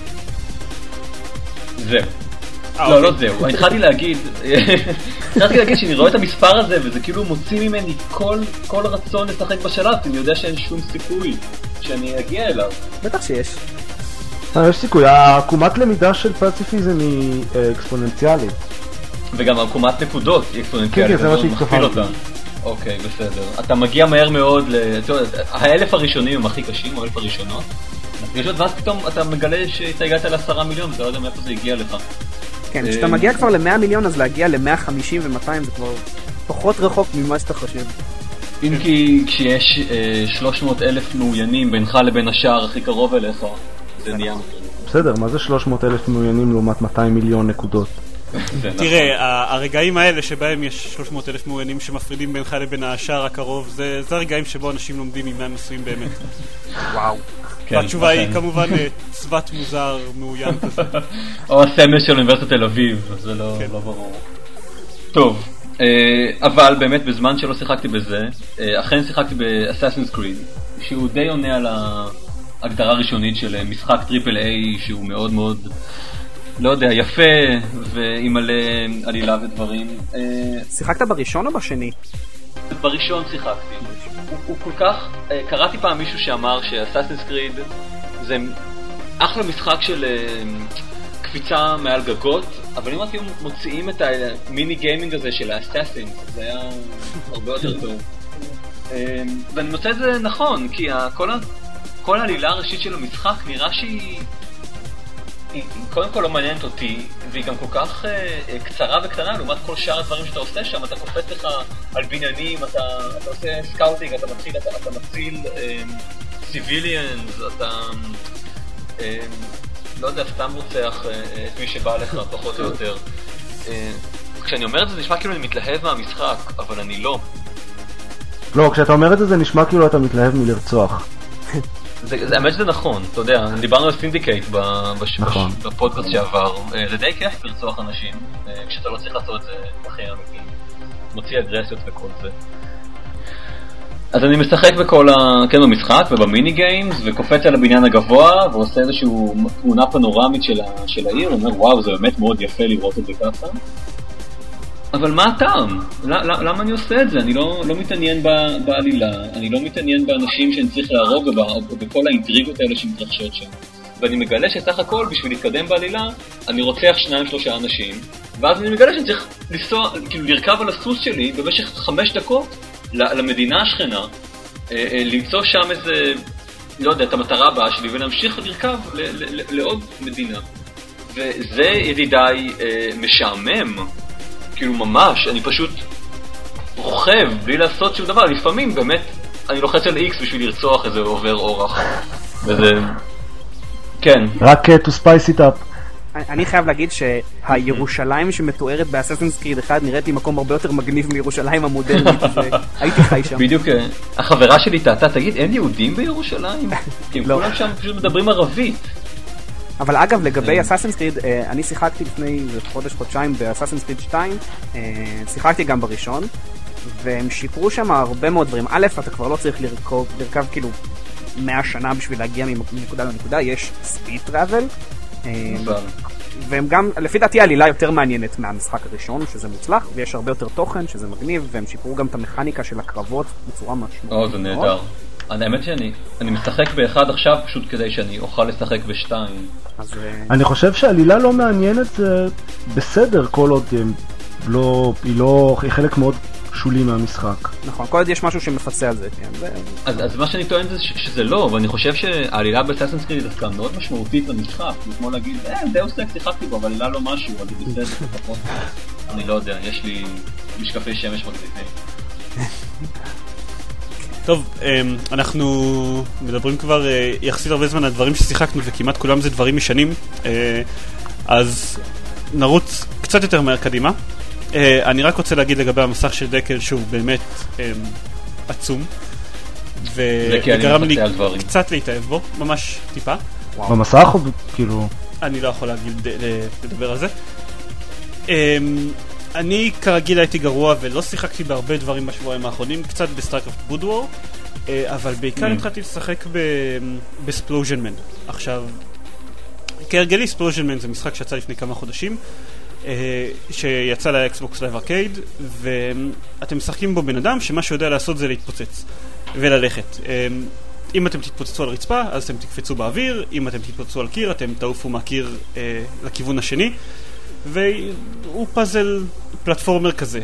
S3: זהו. לא, לא זהו. אני התחלתי להגיד, התחלתי להגיד שאני רואה את המספר הזה, וזה כאילו מוציא ממני כל רצון לשחק בשלב, כי אני יודע שאין שום סיכוי שאני אגיע אליו.
S2: בטח שיש.
S4: יש סיכוי. העקומת למידה של פציפיזם היא אקספוננציאלית.
S3: וגם עקומת נקודות היא אקספוננציאלית.
S4: כן, כן, זה מה שהתכוונתי.
S3: אוקיי, בסדר. אתה מגיע מהר מאוד ל... האלף הראשונים הם הכי קשים, או האלף הראשונות. יש עוד ואז פתאום אתה מגלה שאתה הגעת לעשרה מיליון, ואתה לא יודע מאיפה זה הגיע לך.
S2: כן, כשאתה מגיע כבר ל-מאה מיליון, אז להגיע ל-מאה וחמישים ו-מאתיים זה כבר פחות רחוק ממה שאתה חושב.
S3: אם כי כשיש שלוש מאות אלף מעוינים בינך לבין השאר הכי קרוב אליך, זה נהיה.
S4: בסדר, מה זה שלוש מאות אלף מעוינים לעומת מאתיים מיליון נקודות?
S1: תראה, הרגעים האלה שבהם יש שלוש מאות אלף מעוינים שמפרידים בינך לבין השאר הקרוב, זה הרגעים שבו אנשים לומדים ממה הם עשויים באמת.
S2: וואו.
S1: והתשובה היא כמובן צוות מוזר מאוין כזה.
S3: או הסמל של אוניברסיטת תל אביב, זה לא ברור. טוב, אבל באמת בזמן שלא שיחקתי בזה, אכן שיחקתי ב-Assassin's Creed, שהוא די עונה על ההגדרה הראשונית של משחק טריפל איי, שהוא מאוד מאוד, לא יודע, יפה, ועם מלא עלילה ודברים.
S2: שיחקת בראשון או בשני?
S3: בראשון שיחקתי. הוא, הוא כל כך, קראתי פעם מישהו שאמר ש-Assassin's Creed זה אחלה משחק של קפיצה מעל גגות, אבל אם רק היו מוציאים את המיני גיימינג הזה של ה-Assassin, זה היה הרבה יותר טוב. ואני מוצא את זה נכון, כי כל, כל העלילה הראשית של המשחק נראה שהיא היא קודם כל לא מעניינת אותי, והיא גם כל כך uh, קצרה וקטנה לעומת כל שאר הדברים שאתה עושה שם. אתה קופץ לך על בניינים, אתה, אתה עושה סקאוטינג, אתה מתחיל, אתה, אתה מציל סיביליאנס, um, אתה um, לא יודע, סתם רוצח uh, את מי שבא לך פחות או יותר. uh, כשאני אומר את זה, זה נשמע כאילו אני מתלהב מהמשחק, אבל אני לא.
S4: לא, כשאתה אומר את זה, זה נשמע כאילו אתה מתלהב מלרצוח.
S3: האמת שזה נכון, אתה יודע, דיברנו על סינדיקייט
S4: נכון.
S3: בפודקאסט שעבר, זה די כיף לרצוח אנשים, כשאתה לא צריך לעשות את זה בחיים אמיתיים, מוציא אגרסיות וכל זה. אז אני משחק בכל ה... כן, במשחק ובמיני גיימס, וקופץ על הבניין הגבוה, ועושה איזשהו תמונה פנורמית של, ה... של העיר, ואומר, וואו, זה באמת מאוד יפה לראות את זה ככה. אבל מה הטעם? ل- למה אני עושה את זה? אני לא, לא מתעניין ב- בעלילה, אני לא מתעניין באנשים שאני צריך להרוג או, ב- או בכל האינטריגות האלה שמתרחשות שם. ואני מגלה שסך הכל, בשביל להתקדם בעלילה, אני רוצח שניים שלושה אנשים, ואז אני מגלה שאני צריך לנסוע, כאילו לרכב על הסוס שלי במשך חמש דקות למדינה השכנה, למצוא שם איזה, לא יודע, את המטרה הבאה שלי, ולהמשיך לרכב ל- ל- ל- לעוד מדינה. וזה, ידידיי, משעמם. כאילו ממש, אני פשוט רוכב בלי לעשות שום דבר. לפעמים באמת אני לוחץ על X בשביל לרצוח איזה עובר אורח. וזה... כן.
S4: רק to spice it up.
S2: אני חייב להגיד שהירושלים שמתוארת באסאסינס קריד אחד נראית לי מקום הרבה יותר מגניב מירושלים המודרנית, והייתי חי שם.
S3: בדיוק, החברה שלי טעתה, תגיד, אין יהודים בירושלים? כי הם כולם שם פשוט מדברים ערבית.
S2: אבל אגב, לגבי אסאסינס קריד, אני שיחקתי לפני חודש, חודשיים באסאסינס קריד שתיים, שיחקתי גם בראשון, והם שיפרו שם הרבה מאוד דברים. א', אתה כבר לא צריך לרכב, לרכב כאילו מאה שנה בשביל להגיע מנקודה לנקודה, יש ספיד טראבל, והם גם, לפי דעתי העלילה יותר מעניינת מהמשחק הראשון, שזה מוצלח, ויש הרבה יותר תוכן, שזה מגניב, והם שיפרו גם את המכניקה של הקרבות בצורה משמעותית.
S3: או, זה נהדר. האמת שאני אני משחק באחד עכשיו פשוט כדי שאני אוכל לשחק בשתיים.
S4: אני חושב שהעלילה לא מעניינת, זה בסדר כל עוד לא, היא לא, היא חלק מאוד שולי מהמשחק.
S2: נכון, כל עוד יש משהו שמפצה על זה.
S3: אז, אז מה שאני טוען זה שזה לא, ואני חושב שהעלילה באסאסינס קריד דווקא מאוד משמעותית למשחק. כמו להגיד, אה, דאוס אקס שיחקתי בו, אבל העלילה לא משהו, אבל זה בסדר, לפחות. אני לא יודע, יש לי משקפי שמש מגניבים.
S1: טוב, אנחנו מדברים כבר יחסית הרבה זמן על דברים ששיחקנו וכמעט כולם זה דברים משנים, אז נרוץ קצת יותר מהר קדימה. אני רק רוצה להגיד לגבי המסך של דקל שהוא באמת עצום, וגרם לי קצת להתאהב בו, ממש טיפה.
S4: במסך או כאילו?
S1: אני לא יכול להגיד, לדבר על זה. אני כרגיל הייתי גרוע ולא שיחקתי בהרבה דברים בשבועיים האחרונים, קצת בסטארקראפט בוד וור, אבל בעיקר התחלתי לשחק בספלוז'ן מן. עכשיו, כהרגלי ספלוז'ן מן זה משחק שיצא לפני כמה חודשים, שיצא לאקסבוקס לייב ארקייד, ואתם משחקים בו בן אדם שמה שיודע לעשות זה להתפוצץ וללכת. אם אתם תתפוצצו על רצפה, אז אתם תקפצו באוויר, אם אתם תתפוצצו על קיר, אתם תעופו מהקיר לכיוון השני, והוא פאזל פלטפורמר כזה.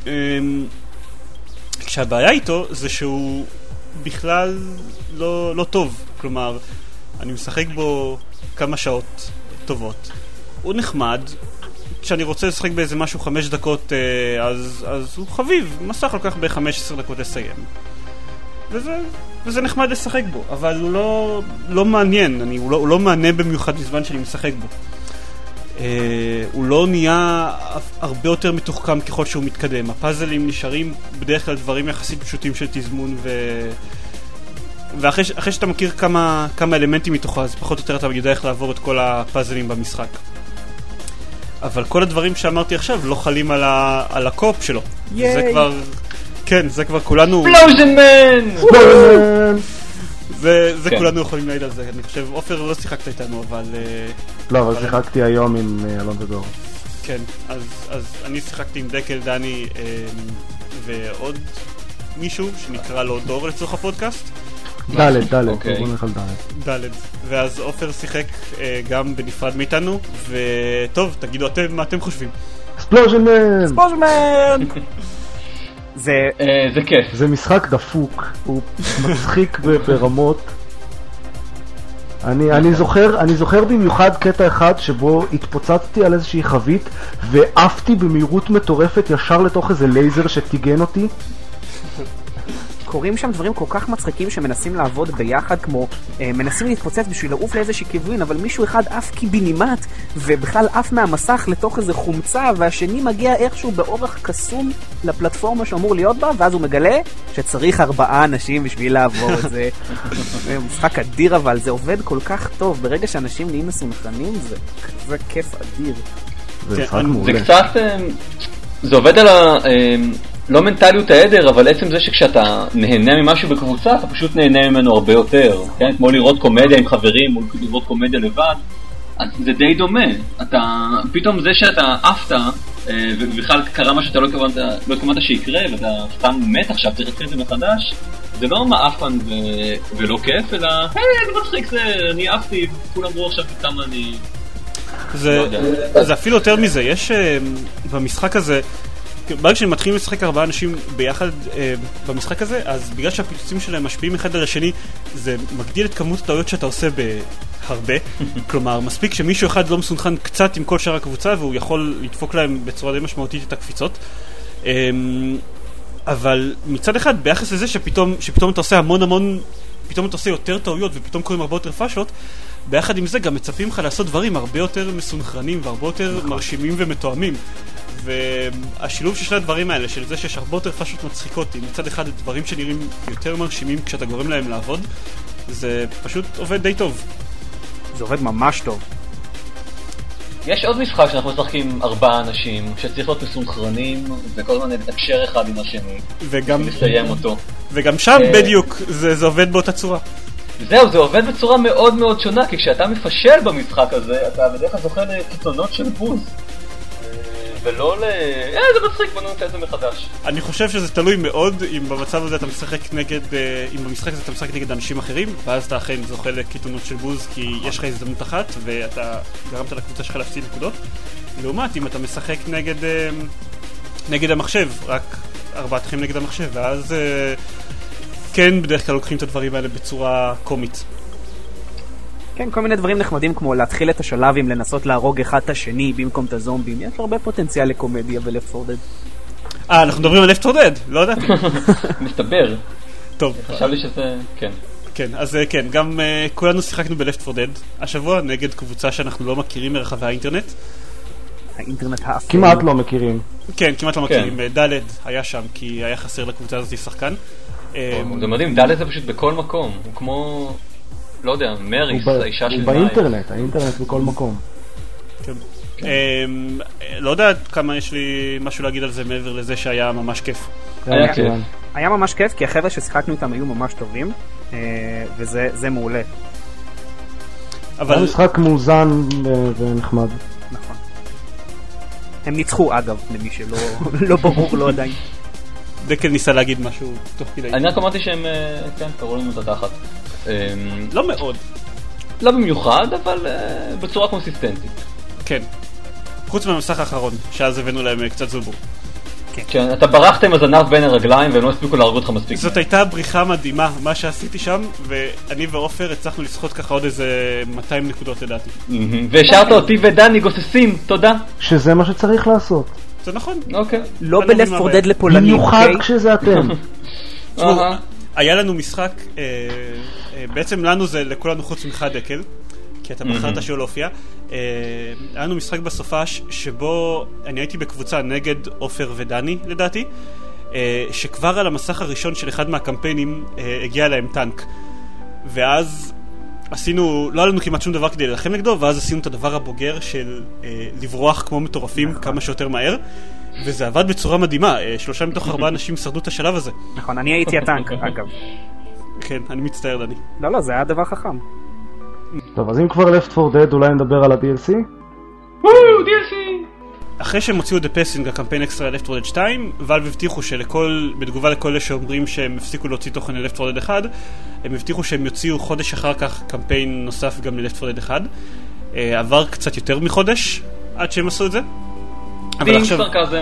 S1: כשהבעיה איתו זה שהוא בכלל לא, לא טוב, כלומר אני משחק בו כמה שעות טובות, הוא נחמד, כשאני רוצה לשחק באיזה משהו חמש דקות אז, אז הוא חביב, מסך לוקח ב-חמש עשרה דקות לסיים, וזה, וזה נחמד לשחק בו, אבל הוא לא, לא מעניין, אני, הוא, לא, הוא לא מענה במיוחד בזמן שאני משחק בו. Uh, הוא לא נהיה הרבה יותר מתוחכם ככל שהוא מתקדם. הפאזלים נשארים בדרך כלל דברים יחסית פשוטים של תזמון, ו... ואחרי ש... אחרי שאתה מכיר כמה, כמה אלמנטים מתוכה, אז פחות או יותר אתה יודע איך לעבור את כל הפאזלים במשחק. אבל כל הדברים שאמרתי עכשיו לא חלים על, ה... על הקופ שלו. ייי. זה כבר... כן, זה כבר כולנו...
S3: ספלוז'ן מן!
S1: זה, זה כן. כולנו יכולים להעיד על זה. אני חושב, אופר לא שיחקת איתנו, אבל...
S4: לא, אבל שיחקתי היום עם אלון ודור.
S1: כן, אז, אז אני שיחקתי עם דקל, דני ועוד מישהו שנקרא לו דור לצורך הפודקאסט.
S4: דלת, דלת, בוא נלך על דלת.
S1: דלת, ואז אופר שיחק גם בנפרד מאיתנו, וטוב, תגידו אתם מה אתם חושבים.
S4: ספלוז'ן מן!
S2: ספלוז'ן מן!
S3: זה זה כיף.
S4: זה משחק דפוק, הוא מצחיק ברמות. אני אני זוכר, אני זוכר במיוחד קטע אחד שבו התפוצצתי על איזושהי חבית ועפתי במהירות מטורפת ישר לתוך איזה לייזר שתיגן אותי.
S2: קוראים שם דברים כל כך מצחיקים שמנסים לעבוד ביחד, כמו אה, מנסים להתפוצץ בשביל לעוף לאיזושהי כיוון, אבל מישהו אחד עף קיבינימט ובכלל עף מהמסך לתוך איזה חומצה, והשני מגיע איכשהו באורך קסום לפלטפורמה שאמור להיות בה, ואז הוא מגלה שצריך ארבעה אנשים בשביל לעבור את זה. זה משחק אדיר, אבל זה עובד כל כך טוב. ברגע שאנשים נהיים מסונכרנים, זה כזה כיף אדיר.
S4: זה משחק מעולה.
S3: זה קצת, זה עובד על ה... לא מנטליות העדר, אבל עצם זה שכשאתה נהנה ממשהו בקבוצה, אתה פשוט נהנה ממנו הרבה יותר. כן? כמו לראות קומדיה עם חברים, או לראות קומדיה לבד, אז זה די דומה. אתה, פתאום זה שאתה עפת, ובכלל קרה מה שאתה לא התכוונת, לא התכוונת שיקרה, ואתה סתם מת עכשיו, צריך להתחיל את זה מחדש, זה לא מעפן ו... ולא כיף, אלא, היי, זה מצחיק זה, אני עפתי, כולם אמרו עכשיו כמה אני...
S1: זה, זה אפילו יותר מזה, יש במשחק הזה, ברגע שהם מתחילים לשחק ארבעה אנשים ביחד במשחק הזה, אז בגלל שהפיצוצים שלהם משפיעים אחד על השני, זה מגדיל את כמות הטעויות שאתה עושה בהרבה. כלומר, מספיק שמישהו אחד לא מסונכן קצת עם כל שאר הקבוצה, והוא יכול לדפוק להם בצורה די משמעותית את הקפיצות. אבל מצד אחד, ביחס לזה שפתאום, שפתאום אתה עושה המון המון, פתאום אתה עושה יותר טעויות ופתאום קוראים הרבה יותר פאשות, ביחד עם זה גם מצפים לך לעשות דברים הרבה יותר מסונכרנים והרבה יותר מרשימים ומתואמים. והשילוב של שני הדברים האלה, של זה שיש הרבה יותר פאשות מצחיקות, עם מצד אחד דברים שנראים יותר מרשימים כשאתה גורם להם לעבוד, זה פשוט עובד די טוב.
S2: זה עובד ממש טוב.
S3: יש עוד משחק שאנחנו משחקים ארבעה אנשים, שצריך להיות מסונכרנים, וכל הזמן לתקשר אחד עם השני,
S1: וגם
S3: לסיים אותו.
S1: וגם שם בדיוק זה, זה עובד באותה צורה.
S3: זהו, זה עובד בצורה מאוד מאוד שונה, כי כשאתה מפשל במשחק הזה, אתה בדרך כלל זוכה לקיצונות של בוז. ולא ל... אה, זה מצחיק, בוא נעשה את זה מחדש.
S1: אני חושב שזה תלוי מאוד אם במצב הזה אתה משחק נגד, אם במשחק הזה אתה משחק נגד אנשים אחרים, ואז אתה אכן זוכה לקיתונות של בוז, כי יש לך הזדמנות אחת, ואתה גרמת לקבוצה שלך להפסיד נקודות. לעומת, אם אתה משחק נגד, נגד המחשב, רק ארבעתכם נגד המחשב, ואז כן, בדרך כלל לוקחים את הדברים האלה בצורה קומית.
S2: כן, כל מיני דברים נחמדים כמו להתחיל את השלבים, לנסות להרוג אחד את השני במקום את הזומבים. יש הרבה פוטנציאל לקומדיה ב-Left פור Dead.
S1: אה, אנחנו מדברים על Left פור Dead, לא ידעתי.
S3: מסתבר.
S1: טוב.
S3: חשב לי שזה, כן.
S1: כן, אז כן, גם uh, כולנו שיחקנו ב-Left פור Dead השבוע נגד קבוצה שאנחנו לא מכירים מרחבי האינטרנט.
S2: האינטרנט האפל.
S4: כמעט לא מכירים.
S1: כן, כמעט לא מכירים. כן. דלת היה שם כי היה חסר לקבוצה הזאת שחקן.
S3: זה מדהים, דלת זה פשוט בכל מקום. הוא כמו... לא יודע, מריס, האישה של מים.
S4: הוא באינטרנט, האינטרנט בכל מקום.
S1: כן. לא יודע כמה יש לי משהו להגיד על זה מעבר לזה שהיה ממש כיף.
S3: היה כיף.
S2: היה ממש כיף, כי החבר'ה ששיחקנו איתם היו ממש טובים, וזה מעולה.
S4: היה משחק מאוזן ונחמד.
S2: נכון. הם ניצחו אגב, למי שלא ברור לו עדיין.
S1: דקל ניסה להגיד משהו תוך כדי.
S3: אני רק אמרתי שהם, כן, קראו לנו את התחת.
S1: לא מאוד.
S3: לא במיוחד, אבל בצורה קונסיסטנטית.
S1: כן. חוץ מהמשחק האחרון, שאז הבאנו להם קצת זובור.
S3: כן, אתה ברחת עם הזנב בין הרגליים והם לא הספיקו להרוג אותך מספיק.
S1: זאת הייתה בריחה מדהימה, מה שעשיתי שם, ואני ואופר הצלחנו לשחות ככה עוד איזה מאתיים נקודות לדעתי.
S3: והשארת אותי ודני גוססים, תודה.
S4: שזה מה שצריך לעשות.
S1: זה נכון.
S3: אוקיי.
S2: לא ב-Left פור Dead לפולנים.
S4: במיוחד כשזה אתם.
S1: היה לנו משחק, בעצם לנו זה לכולנו חוץ ממך דקל, כי אתה בחרת שהוא לא הופיע. היה לנו משחק בסופש שבו אני הייתי בקבוצה נגד אופר ודני לדעתי, שכבר על המסך הראשון של אחד מהקמפיינים הגיע להם טנק, ואז עשינו, לא היה לנו כמעט שום דבר כדי ללחם נגדו, ואז עשינו את הדבר הבוגר של לברוח כמו מטורפים כמה שיותר מהר, וזה עבד בצורה מדהימה. שלושה מתוך ארבעה אנשים שרדו את השלב הזה.
S2: נכון, אני הייתי הטנק אגב.
S1: כן, אני מצטער דני.
S2: לא לא, זה היה דבר חכם.
S4: טוב, אז אם כבר Left פור Dead אולי נדבר על ה-די אל סי?
S3: וואו, די אל סי!
S1: אחרי שהם הוציאו The Passing, הקמפיין אקסטרה Left פור Dead שתיים, ואלב הבטיחו שלכל, בתגובה לכל אלה שאומרים שהם הפסיקו להוציא תוכן ל-Left פור Dead אחד, הם הבטיחו שהם יוציאו חודש אחר כך קמפיין נוסף גם ל-Left פור Dead אחד. עבר קצת יותר מחודש עד שהם עשו את זה.
S3: דינג סרקזם.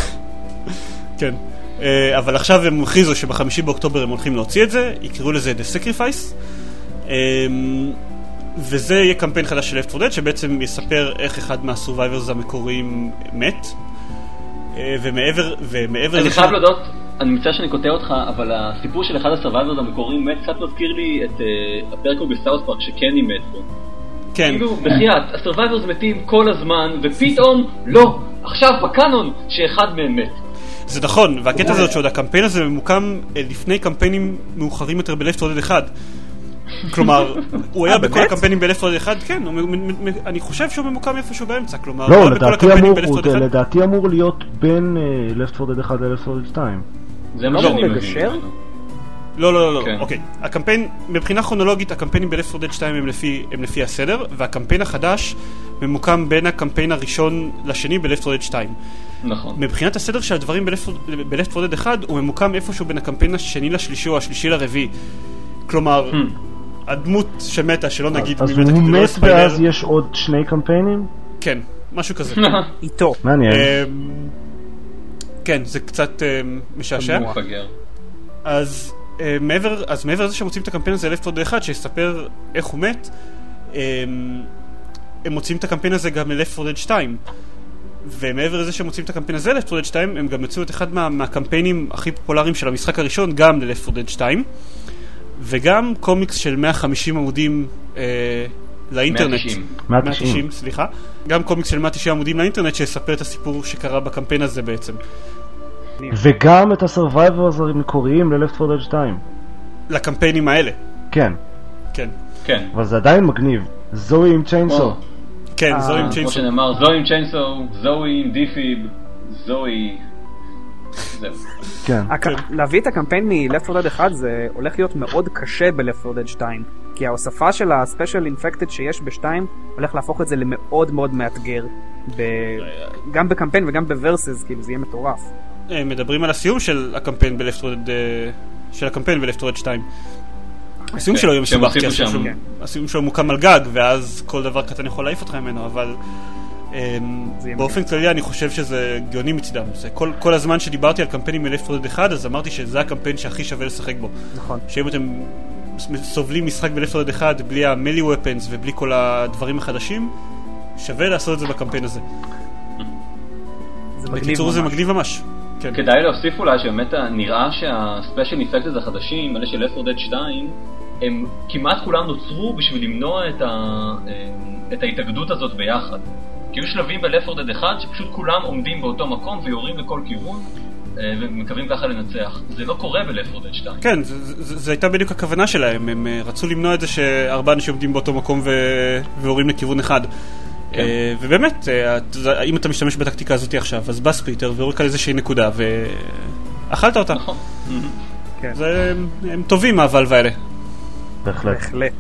S1: כן. אבל עכשיו הם הכריזו שבחמישי באוקטובר הם הולכים להוציא את זה, יקראו לזה The Sacrifice. וזה יהיה קמפיין חדש של Left פור Dead שבעצם יספר איך אחד מהסורווייברס המקוריים מת. ומעבר, ומעבר
S3: אני חייב להודות, אני מצטער שאני קוטע אותך, אבל הסיפור של אחד הסרווייברס המקוריים מת קצת מזכיר לי את uh, הפרק בסאוס פארק שקני מת בו.
S1: כן.
S3: כאילו, בחייאת, הסרווייברס מתים כל הזמן, ופתאום, לא, עכשיו בקאנון שאחד מהם מת.
S1: זה נכון, והקטע הזה שעוד הקמפיין הזה ממוקם לפני קמפיינים מאוחרים יותר ב-Left four Dead אחד. כלומר, הוא היה בכל הקמפיינים ב-Left four Dead אחד, כן, אני חושב שהוא ממוקם איפשהו באמצע, כלומר,
S4: לא, לדעתי אמור להיות בין Left four Dead אחד ל-Left four Dead שתיים.
S3: זה מה שאני מבין.
S1: לא, לא, לא, אוקיי. הקמפיין, מבחינה כרונולוגית, הקמפיינים ב-Left four Dead שתיים הם לפי הסדר, והקמפיין החדש ממוקם בין הקמפיין הראשון לשני ב-Left four Dead שתיים. נכון. מבחינת הסדר של הדברים ב-Left four Dead אחד, הוא ממוקם איפשהו בין הקמפיין השני לשלישי או השלישי לרביעי. כלומר, הדמות שמתה, שלא נגיד...
S4: אז הוא מת ואז יש עוד שני קמפיינים?
S1: כן, משהו כזה.
S2: איתו.
S4: מעניין.
S1: כן, זה קצת משעשע. אז מעבר לזה שמוצאים את הקמפיין הזה Left four Dead אחד, שיספר איך הוא מת, הם מוצאים את הקמפיין הזה גם ל-Left four Dead שתיים. ומעבר לזה שהם מוצאים את הקמפיין הזה ל-Left four Dead שתיים, הם גם יצאו את אחד מהקמפיינים הכי פופולריים של המשחק הראשון, גם ל-Left four Dead שתיים. וגם קומיקס של מאה וחמישים עמודים אה, לאינטרנט.
S4: מאה תשעים.
S1: מאה תשעים, סליחה. גם קומיקס של מאה ותשעים עמודים לאינטרנט שיספר את הסיפור שקרה בקמפיין הזה בעצם.
S4: וגם את הסרווייברס המקוריים ל-Left four Dead שתיים.
S1: לקמפיינים האלה.
S4: כן.
S1: כן.
S3: כן.
S4: אבל זה עדיין מגניב. זוהי עם צ'יינסו.
S1: כן, זוהי עם צ'יינסו.
S3: כמו שנאמר, זוהי עם צ'יינסו, זוהי עם דיפיב, זוהי...
S4: כן.
S2: להביא את הקמפיין מ-Left four Dead אחד זה הולך להיות מאוד קשה ב-Left four Dead שתיים, כי ההוספה של ה-Special Infected שיש ב-שתיים הולך להפוך את זה למאוד מאוד מאתגר, גם בקמפיין וגם ב-Versus, כאילו זה יהיה מטורף.
S1: מדברים על הסיום של הקמפיין ב-Left four Dead, של הקמפיין ב-Left four Dead שתיים. הסיום שלו יהיה מסובך, כי הסיום שלו מוקם על גג, ואז כל דבר קטן יכול להעיף אותך ממנו, אבל... באופן כללי אני חושב שזה גאוני מצדם. כל, כל הזמן שדיברתי על קמפיינים מ-Left four Dead אחד, אז אמרתי שזה הקמפיין שהכי שווה לשחק בו.
S2: נכון.
S1: שאם אתם סובלים משחק ב-Left four Dead אחד בלי ה-Melee Weapons ובלי כל הדברים החדשים, שווה לעשות את זה בקמפיין הזה.
S2: זה מגניב
S1: בקיצור
S2: ממש.
S1: זה מגניב ממש. כן.
S3: כדאי להוסיף אולי שבאמת נראה שה-Special Effects החדשים, אלה של Left four Dead שתיים, הם כמעט כולם נוצרו בשביל למנוע את, ה... את ההתאגדות הזאת ביחד. כי יש שלבים ב-Left four Dead אחד שפשוט כולם עומדים באותו מקום ויורים לכל כיוון ומקווים ככה לנצח. זה לא קורה ב-Left four Dead שתיים.
S1: כן, זו הייתה בדיוק הכוונה שלהם. הם רצו למנוע את זה שארבעה אנשים עומדים באותו מקום ויורים לכיוון אחד. ובאמת, אם אתה משתמש בטקטיקה הזאת עכשיו, אז בא ספיטר ויורק על איזושהי נקודה ואכלת אותה.
S3: נכון.
S1: הם טובים הוואלב האלה.
S2: בהחלט.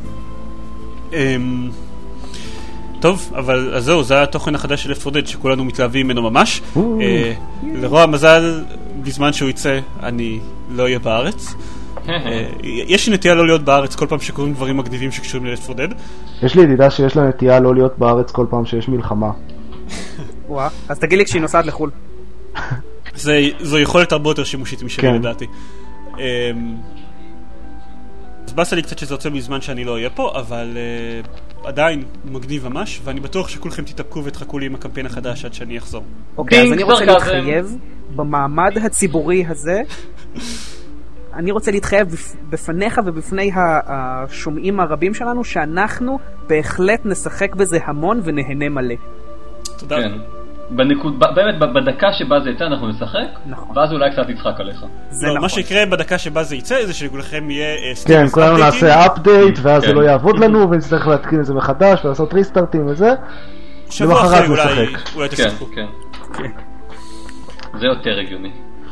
S1: טוב, אבל אז זהו, זה התוכן החדש של Left four Dead שכולנו מתלהבים ממנו ממש. לרוע המזל, בזמן שהוא יצא, אני לא אהיה בארץ. יש לי נטייה לא להיות בארץ כל פעם שקוראים דברים מגניבים שקשורים ל-Left four Dead.
S4: יש לי ידידה שיש לה נטייה לא להיות בארץ כל פעם שיש מלחמה.
S2: וואה, אז תגיד לי כשהיא נוסעת לחול.
S1: זו יכולת הרבה יותר שימושית משלי לדעתי. אז בסה לי קצת שזה יוצא מזמן שאני לא אהיה פה, אבל uh, עדיין מגניב ממש, ואני בטוח שכולכם תתאפקו ותחכו לי עם הקמפיין החדש עד שאני אחזור.
S2: אוקיי, אז אני רוצה להתחייב במעמד הציבורי הזה, אני רוצה להתחייב בפניך ובפני השומעים הרבים שלנו, שאנחנו בהחלט נשחק בזה המון ונהנה מלא.
S1: תודה.
S3: כן. בנקוד, באמת בדקה שבה זה יצא אנחנו נשחק,
S2: נכון.
S3: ואז אולי קצת יצחק עליך.
S1: לא, נכון. מה שיקרה בדקה שבה זה יצא זה שלכולכם יהיה
S4: כן, כולנו נעשה אפדייט ואז כן. זה לא יעבוד לנו ונצטרך להתקין את זה מחדש ולעשות ריסטארטים וזה,
S1: שבוע אחרי אולי, אולי תשחקו.
S3: כן, כן. זה יותר הגיוני.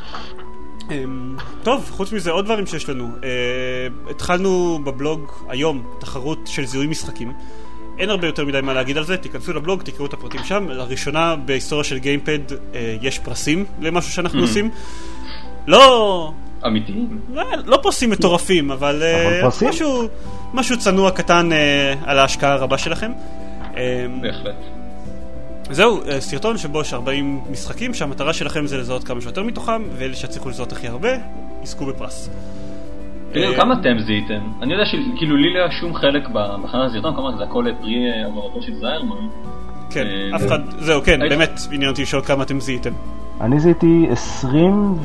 S1: טוב, חוץ מזה עוד דברים שיש לנו. התחלנו בבלוג היום תחרות של זיהוי משחקים. אין הרבה יותר מדי מה להגיד על זה, תיכנסו לבלוג, תקראו את הפרטים שם. לראשונה בהיסטוריה של גיימפד יש פרסים למשהו שאנחנו עושים. לא...
S3: אמיתיים?
S1: לא פרסים מטורפים, אבל משהו צנוע קטן על ההשקעה הרבה שלכם.
S3: בהחלט.
S1: זהו, סרטון שבו יש ארבעים משחקים שהמטרה שלכם זה לזהות כמה שיותר מתוכם, ואלה שהצליחו לזהות הכי הרבה יזכו בפרס.
S3: כמה אתם זיהיתם? אני יודע שכאילו לי לא היה שום חלק בחנה הסרטון, כמה זה הכל פרי עבודתו של זיירמן.
S1: כן, אף אחד, זהו, כן, באמת עניין אותי לשאול כמה אתם זיהיתם.
S4: אני זיהיתי עשרים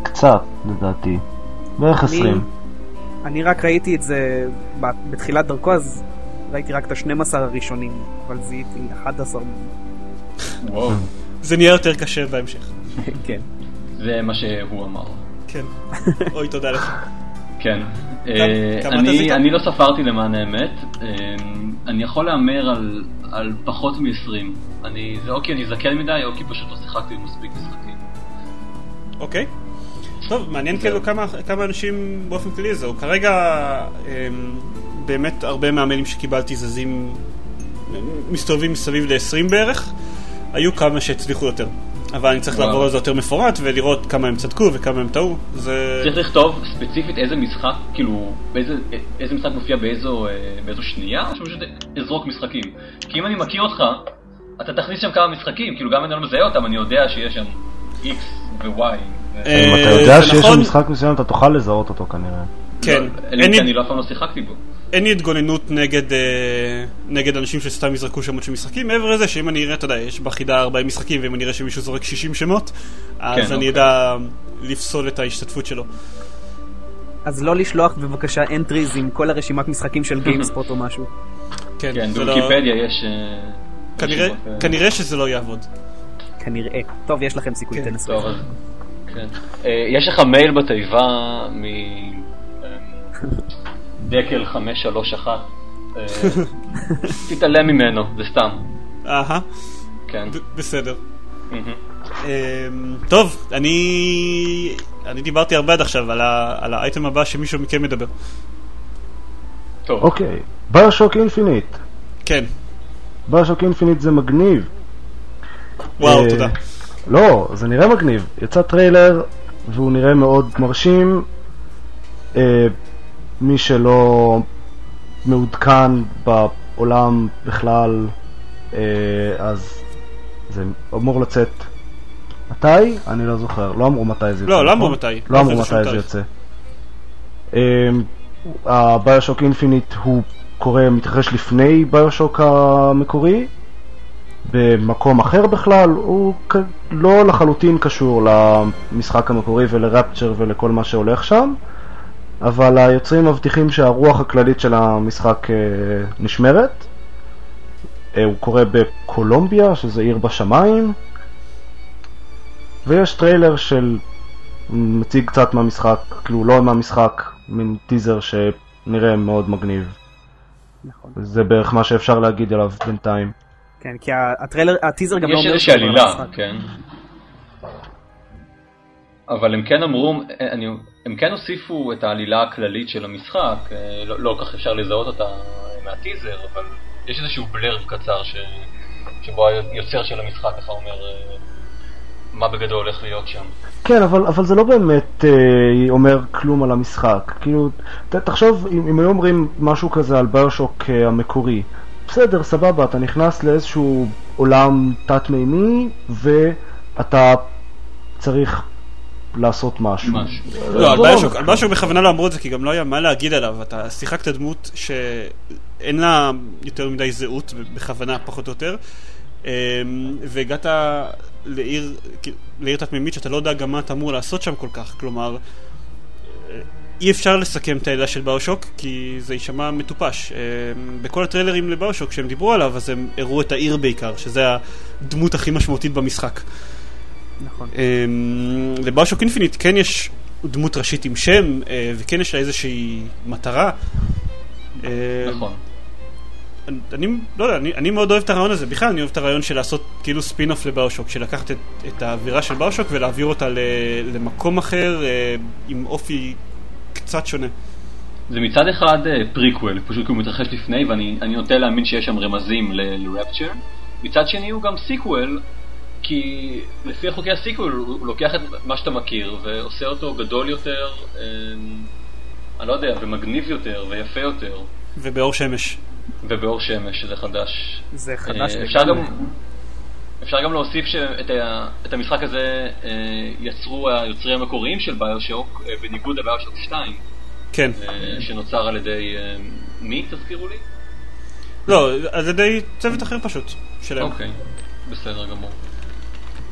S4: קצת, לדעתי. בערך עשרים.
S2: אני רק ראיתי את זה בתחילת דרכו, אז ראיתי רק את ה-שנים עשר הראשונים, אבל זיהיתי אחד עשר.
S3: וואו.
S1: זה נהיה יותר קשה בהמשך.
S2: כן.
S3: זה מה שהוא אמר.
S1: כן. אוי, תודה לך.
S3: כן. אני לא ספרתי למען האמת. אני יכול לאמר על פחות מ-עשרים. זה או כי אני זקן מדי, או כי פשוט לא שיחקתי מספיק משחקים.
S1: אוקיי. טוב, מעניין כאילו כמה, כמה אנשים באופן כללי זהו. כרגע באמת הרבה מהמיילים שקיבלתי זזים, מסתובבים מסביב ל-עשרים בערך. היו כמה שהצליחו יותר. אבל אני צריך לעבור על זה יותר מפורט ולראות כמה הם צדקו וכמה הם טעו. זה...
S3: צריך לכתוב ספציפית איזה משחק, כאילו, באיזה, איזה משחק מופיע באיזו, באיזו שנייה, או שפשוט אזרוק משחקים. כי אם אני מכיר אותך, אתה תכניס שם כמה משחקים, כאילו גם אם אני לא מזהה אותם, אני יודע שיש שם X ו-Y.
S4: אם אתה יודע שיש שם משחק מסוים, אתה תוכל לזהות אותו כנראה.
S1: כן.
S3: אני לא פעם לא שיחקתי בו.
S1: אין לי התגוננות נגד, נגד אנשים שסתם יזרקו שמות של משחקים, מעבר לזה שאם אני אראה, אתה יודע, יש בחידה ארבעים משחקים, ואם אני אראה שמישהו זורק שישים שמות, אז אני אדע לפסול את ההשתתפות שלו.
S2: אז לא לשלוח בבקשה אנטריז עם כל הרשימת משחקים של גיימספוט או משהו.
S3: כן, בוויקיפדיה יש...
S1: כנראה שזה לא יעבוד.
S2: כנראה. טוב, יש לכם סיכוי, תנסו.
S3: יש לך מייל בתיבה מ... דקל חמש שלוש אחת. תתעלם ממנו, זה סתם.
S1: אהה.
S3: כן.
S1: בסדר. טוב, אני אני דיברתי הרבה עד עכשיו על האייטם הבא שמישהו מכם מדבר.
S3: טוב.
S4: אוקיי. ביושוק אינפיניט.
S1: כן.
S4: ביושוק אינפיניט זה מגניב.
S1: וואו, תודה.
S4: לא, זה נראה מגניב. יצא טריילר והוא נראה מאוד מרשים. מי שלא מעודכן בעולם בכלל, אז זה אמור לצאת מתי? אני לא זוכר, לא אמרו מתי זה יוצא.
S1: לא, לא אמרו מתי.
S4: לא אמרו מתי זה יוצא. הביושוק אינפיניט הוא קורה, מתרחש לפני ביושוק המקורי, במקום אחר בכלל, הוא לא לחלוטין קשור למשחק המקורי ולרפצ'ר ולכל מה שהולך שם. אבל היוצרים מבטיחים שהרוח הכללית של המשחק נשמרת. הוא קורה בקולומביה, שזה עיר בשמיים. ויש טריילר של מציג קצת מהמשחק, כאילו לא מהמשחק, מין טיזר שנראה מאוד מגניב.
S2: נכון.
S4: זה בערך מה שאפשר להגיד עליו בינתיים.
S2: כן, כי הטריילר, הטיזר גם לא אומר...
S3: יש איזושהי עלילה, כן. אבל הם כן אמרו, אני, הם כן הוסיפו את העלילה הכללית של המשחק, לא, לא כך אפשר לזהות אותה מהטיזר, אבל יש איזשהו בלרב קצר ש, שבו היוצר של המשחק ככה אומר מה בגדול הולך להיות שם.
S4: כן, אבל, אבל זה לא באמת אה, אומר כלום על המשחק. כאילו, ת, תחשוב, אם, אם היו אומרים משהו כזה על ביושוק אה, המקורי, בסדר, סבבה, אתה נכנס לאיזשהו עולם תת-מימי, ואתה צריך... לעשות משהו.
S1: לא, על ביושוק בכוונה לא אמרו את זה, כי גם לא היה מה להגיד עליו. אתה שיחקת דמות שאין לה יותר מדי זהות, בכוונה פחות או יותר, והגעת לעיר תת-מימית שאתה לא יודע גם מה אתה אמור לעשות שם כל כך. כלומר, אי אפשר לסכם את העילה של ביושוק, כי זה יישמע מטופש. בכל הטריילרים לביושוק שהם דיברו עליו, אז הם הראו את העיר בעיקר, שזה הדמות הכי משמעותית במשחק.
S2: נכון.
S1: לביושוק אינפיניט כן יש דמות ראשית עם שם, וכן יש לה איזושהי מטרה.
S3: נכון.
S1: אני לא יודע, אני, אני מאוד אוהב את הרעיון הזה. בכלל אני אוהב את הרעיון של לעשות כאילו ספין-אוף לביושוק, של לקחת את, את האווירה של ביושוק ולהעביר אותה ל, למקום אחר עם אופי קצת שונה.
S3: זה מצד אחד פריקוול, פשוט כי הוא מתרחש לפני, ואני אני נוטה להאמין שיש שם רמזים לרפצ'ר. מצד שני הוא גם סיקוול, כי לפי חוקי הסיקוול הוא לוקח את מה שאתה מכיר ועושה אותו גדול יותר, אני לא יודע, ומגניב יותר ויפה יותר.
S1: ובאור שמש.
S3: ובאור שמש, שזה חדש.
S2: זה חדש.
S3: אפשר גם, אפשר גם להוסיף שאת את המשחק הזה יצרו היוצרים המקוריים של ביושוק, בניגוד לביושוק שתיים.
S1: כן.
S3: שנוצר על ידי מי, תזכירו לי?
S1: לא, על ידי צוות אחר פשוט שלהם.
S3: אוקיי, בסדר גמור.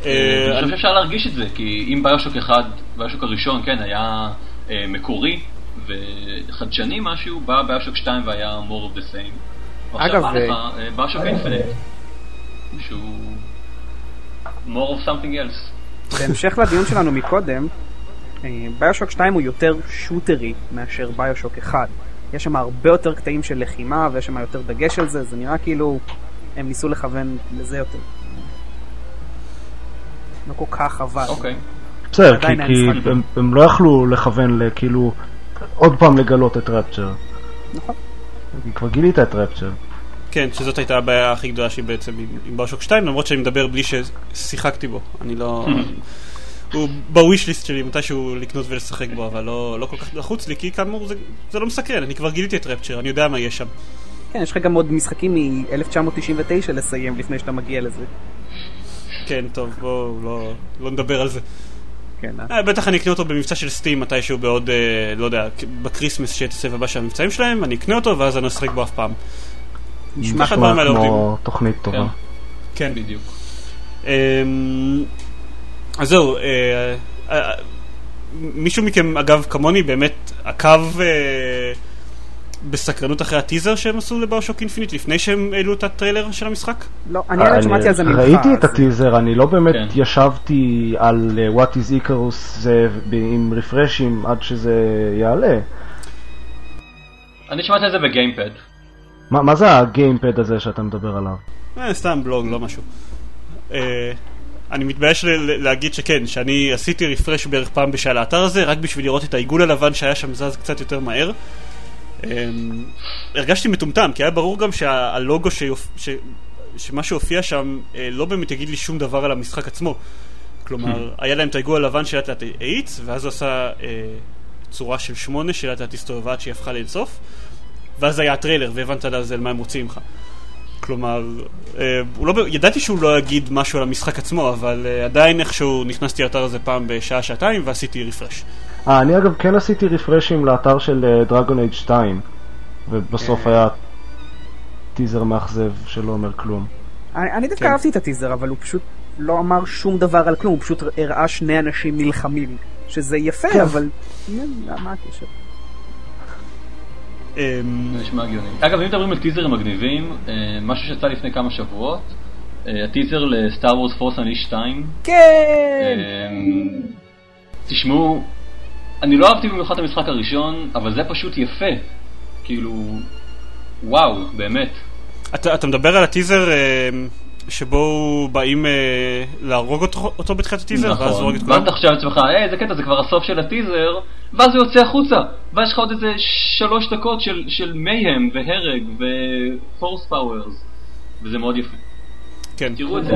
S3: אני חושב שאפשר להרגיש את זה, כי אם ביושוק אחד, ביושוק הראשון, כן, היה מקורי וחדשני משהו, בא ביושוק שתיים והיה more of the same.
S2: אגב,
S3: ביושוק אינפיניט, שהוא more of something else.
S2: בהמשך לדיון שלנו מקודם, ביושוק שתיים הוא יותר שוטרי מאשר ביושוק אחד. יש שם הרבה יותר קטעים של לחימה, ויש שם יותר דגש על זה, זה נראה כאילו הם ניסו לכוון לזה יותר. לא כל כך חבל.
S3: אוקיי.
S4: בסדר, כי הם לא יכלו לכוון לכאילו עוד פעם לגלות את רפצ'ר.
S2: נכון.
S4: כבר גילית את רפצ'ר.
S1: כן, שזאת הייתה הבעיה הכי גדולה שהיא בעצם עם ביושוק שתיים, למרות שאני מדבר בלי ששיחקתי בו. אני לא... הוא בוויש ליסט שלי מתישהו לקנות ולשחק בו, אבל לא, לא כל כך לחוץ לי, כי כאמור זה, זה לא מסקרן, אני כבר גיליתי את רפצ'ר, אני יודע מה יש שם.
S2: כן, יש לך גם עוד משחקים מ-אלף תשע מאות תשעים ותשע לסיים לפני שאתה מגיע לזה.
S1: כן, טוב, בואו לא, לא נדבר על זה.
S2: כן, אה?
S1: אה, בטח אני אקנה אותו במבצע של סטים מתישהו בעוד, אה, לא יודע, בקריסמס שיהיה את הסבב הבא של המבצעים שלהם, אני אקנה אותו ואז אני אשחק בו אף פעם.
S4: נשמע כמו תוכנית טובה.
S1: כן, כן.
S3: בדיוק.
S1: אז זהו, מישהו מכם אגב כמוני באמת עקב בסקרנות אחרי הטיזר שהם עשו לביושוק אינפיניט לפני שהם העלו את הטריילר של המשחק?
S2: לא, אני לא שמעתי על זה ממך.
S4: ראיתי את הטיזר, אני לא באמת ישבתי על What is Icarus עם רפרשים עד שזה יעלה.
S3: אני שמעתי על זה בגיימפד.
S4: מה זה הגיימפד הזה שאתה מדבר עליו?
S1: סתם בלוג, לא משהו. אני מתבייש להגיד שכן, שאני עשיתי רפרש בערך פעם בשעה לאתר הזה, רק בשביל לראות את העיגול הלבן שהיה שם זז קצת יותר מהר. הרגשתי מטומטם, כי היה ברור גם שהלוגו שמה שהופיע שם לא באמת יגיד לי שום דבר על המשחק עצמו. כלומר, היה להם את העיגול הלבן שלאט לאט האיץ, ואז הוא עשה צורה של שמונה שלאט לאט הסתובבה שהיא הפכה לאינסוף, ואז היה הטריילר, והבנת על זה על מה הם מוצאים לך. כלומר, לא, ידעתי שהוא לא יגיד משהו על המשחק עצמו, אבל עדיין איכשהו נכנסתי לאתר הזה פעם בשעה, שעתיים, ועשיתי רפרש.
S4: אה, אני אגב כן עשיתי רפרשים לאתר של דרגון אייג' שתיים, ובסוף היה טיזר מאכזב שלא אומר כלום.
S2: אני דווקא אהבתי את הטיזר, אבל הוא פשוט לא אמר שום דבר על כלום, הוא פשוט הראה שני אנשים נלחמים, שזה יפה, אבל מה הקשר?
S3: נשמע הגיוני. אגב, אם מדברים על טיזרים מגניבים, משהו שיצא לפני כמה שבועות, הטיזר לסטאר וורס פורס אנלישד שתיים.
S2: כן!
S3: תשמעו, אני לא אהבתי במיוחד את המשחק הראשון, אבל זה פשוט יפה. כאילו, וואו, באמת.
S1: אתה, אתה מדבר על הטיזר שבו באים להרוג אותו, אותו בתחילת הטיזר?
S3: נכון, ואז אתה חושב לעצמך, היי, זה קטע, זה כבר הסוף של הטיזר, ואז הוא יוצא החוצה, ואז יש לך עוד איזה שלוש דקות של, של מייהם והרג ופורס פאוורס, וזה מאוד יפה.
S1: כן.
S3: תראו את זה.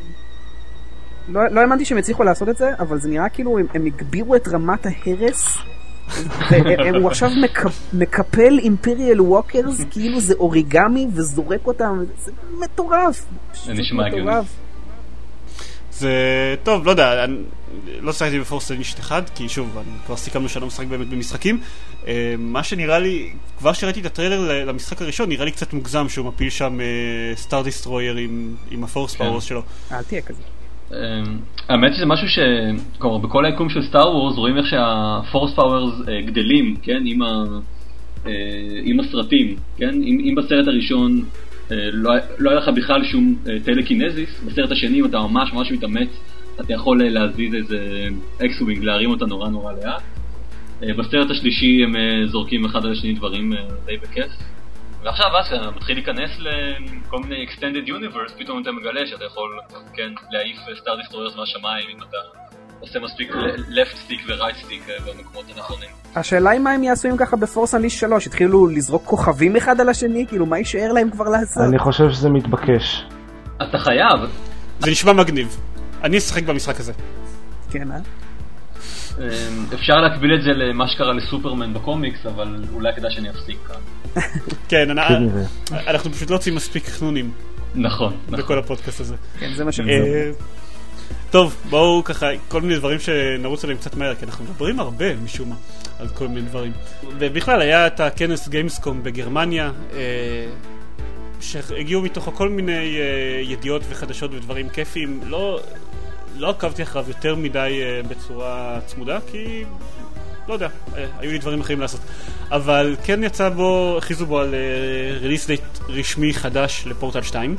S2: לא, לא האמנתי שהם הצליחו לעשות את זה, אבל זה נראה כאילו הם, הם הגבירו את רמת ההרס, הוא עכשיו מקפל אימפריאל ווקרס כאילו זה אוריגמי וזורק אותם, זה מטורף.
S3: זה נשמע הגיוני.
S1: זה טוב, לא יודע, אני לא שחקתי בפורס אנלישד אחד, כי שוב, אני כבר סיכמנו שאני לא משחק באמת במשחקים. מה שנראה לי, כבר שראיתי את הטריילר למשחק הראשון, נראה לי קצת מוגזם שהוא מפיל שם סטאר דיסטרויר עם הפורס פאוורס שלו.
S2: אל תהיה כזה.
S3: האמת שזה משהו שכבר בכל היקום של סטאר וורס רואים איך שהפורס פאוורס גדלים, כן, עם, ה, עם הסרטים, כן, אם, אם בסרט הראשון לא, לא היה לך בכלל שום טלקינזיס, בסרט השני אם אתה ממש ממש מתאמץ אתה יכול להזיז איזה אקסווינג, להרים אותה נורא נורא לאט. בסרט השלישי הם זורקים אחד על השני דברים די בכיף, ועכשיו אז כשאתה מתחיל להיכנס לכל מיני extended universe, פתאום אתה מגלה שאתה יכול, כן, להעיף סטאר דיסטרוירס מהשמיים אם אתה עושה מספיק left stick ו-right stick במקומות הנכונים.
S2: השאלה היא מה הם יעשו אם ככה בפורס אנלישד שלוש, התחילו לזרוק כוכבים אחד על השני, כאילו מה יישאר להם כבר לעשות?
S4: אני חושב שזה מתבקש.
S3: אתה חייב.
S1: זה נשמע מגניב. אני אשחק במשחק הזה.
S2: כן, אה?
S3: אפשר להקביל את זה למה שקרה לסופרמן בקומיקס, אבל אולי כדאי שאני אפסיק כאן.
S1: כן, אנחנו פשוט לא רוצים מספיק חנונים.
S3: נכון.
S1: בכל הפודקאסט הזה.
S2: כן, זה מה שחזור.
S1: טוב, בואו ככה, כל מיני דברים שנרוץ עליהם קצת מהר, כי אנחנו מדברים הרבה משום מה על כל מיני דברים. ובכלל היה את הכנס גיימסקום בגרמניה, שהגיעו מתוכו כל מיני ידיעות וחדשות ודברים כיפיים. לא, לא עקבתי אחריו יותר מדי בצורה צמודה, כי לא יודע, היו לי דברים אחרים לעשות. אבל כן יצא בו, הכריזו בו על ריליס דייט רשמי חדש לפורטל שתיים.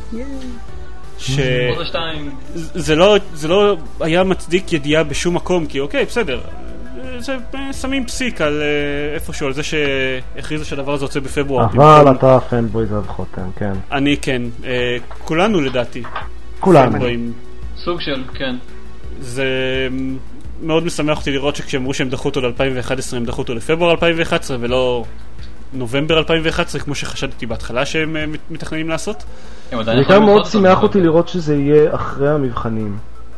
S3: פורטל שתיים.
S1: זה לא, זה לא היה מצדיק ידיעה בשום מקום, כי אוקיי, בסדר. זה שמים פסיק על איפשהו, על זה שהכריזו שהדבר הזה יוצא בפברואר.
S4: אבל אתה פנבוי זב חותם, כן.
S1: אני כן. כולנו לדעתי.
S4: כולנו.
S3: סוג של, כן.
S1: זה מאוד משמח אותי לראות שכשאמרו שהם דחו אותו ל-אלפיים ואחת עשרה, הם דחו אותו לפברואר אלפיים ואחת עשרה ולא נובמבר אלפיים ואחת עשרה, כמו שחשדתי בהתחלה שהם מתכננים לעשות.
S4: בעיקר מאוד שימח אותי לראות שזה יהיה אחרי המבחנים.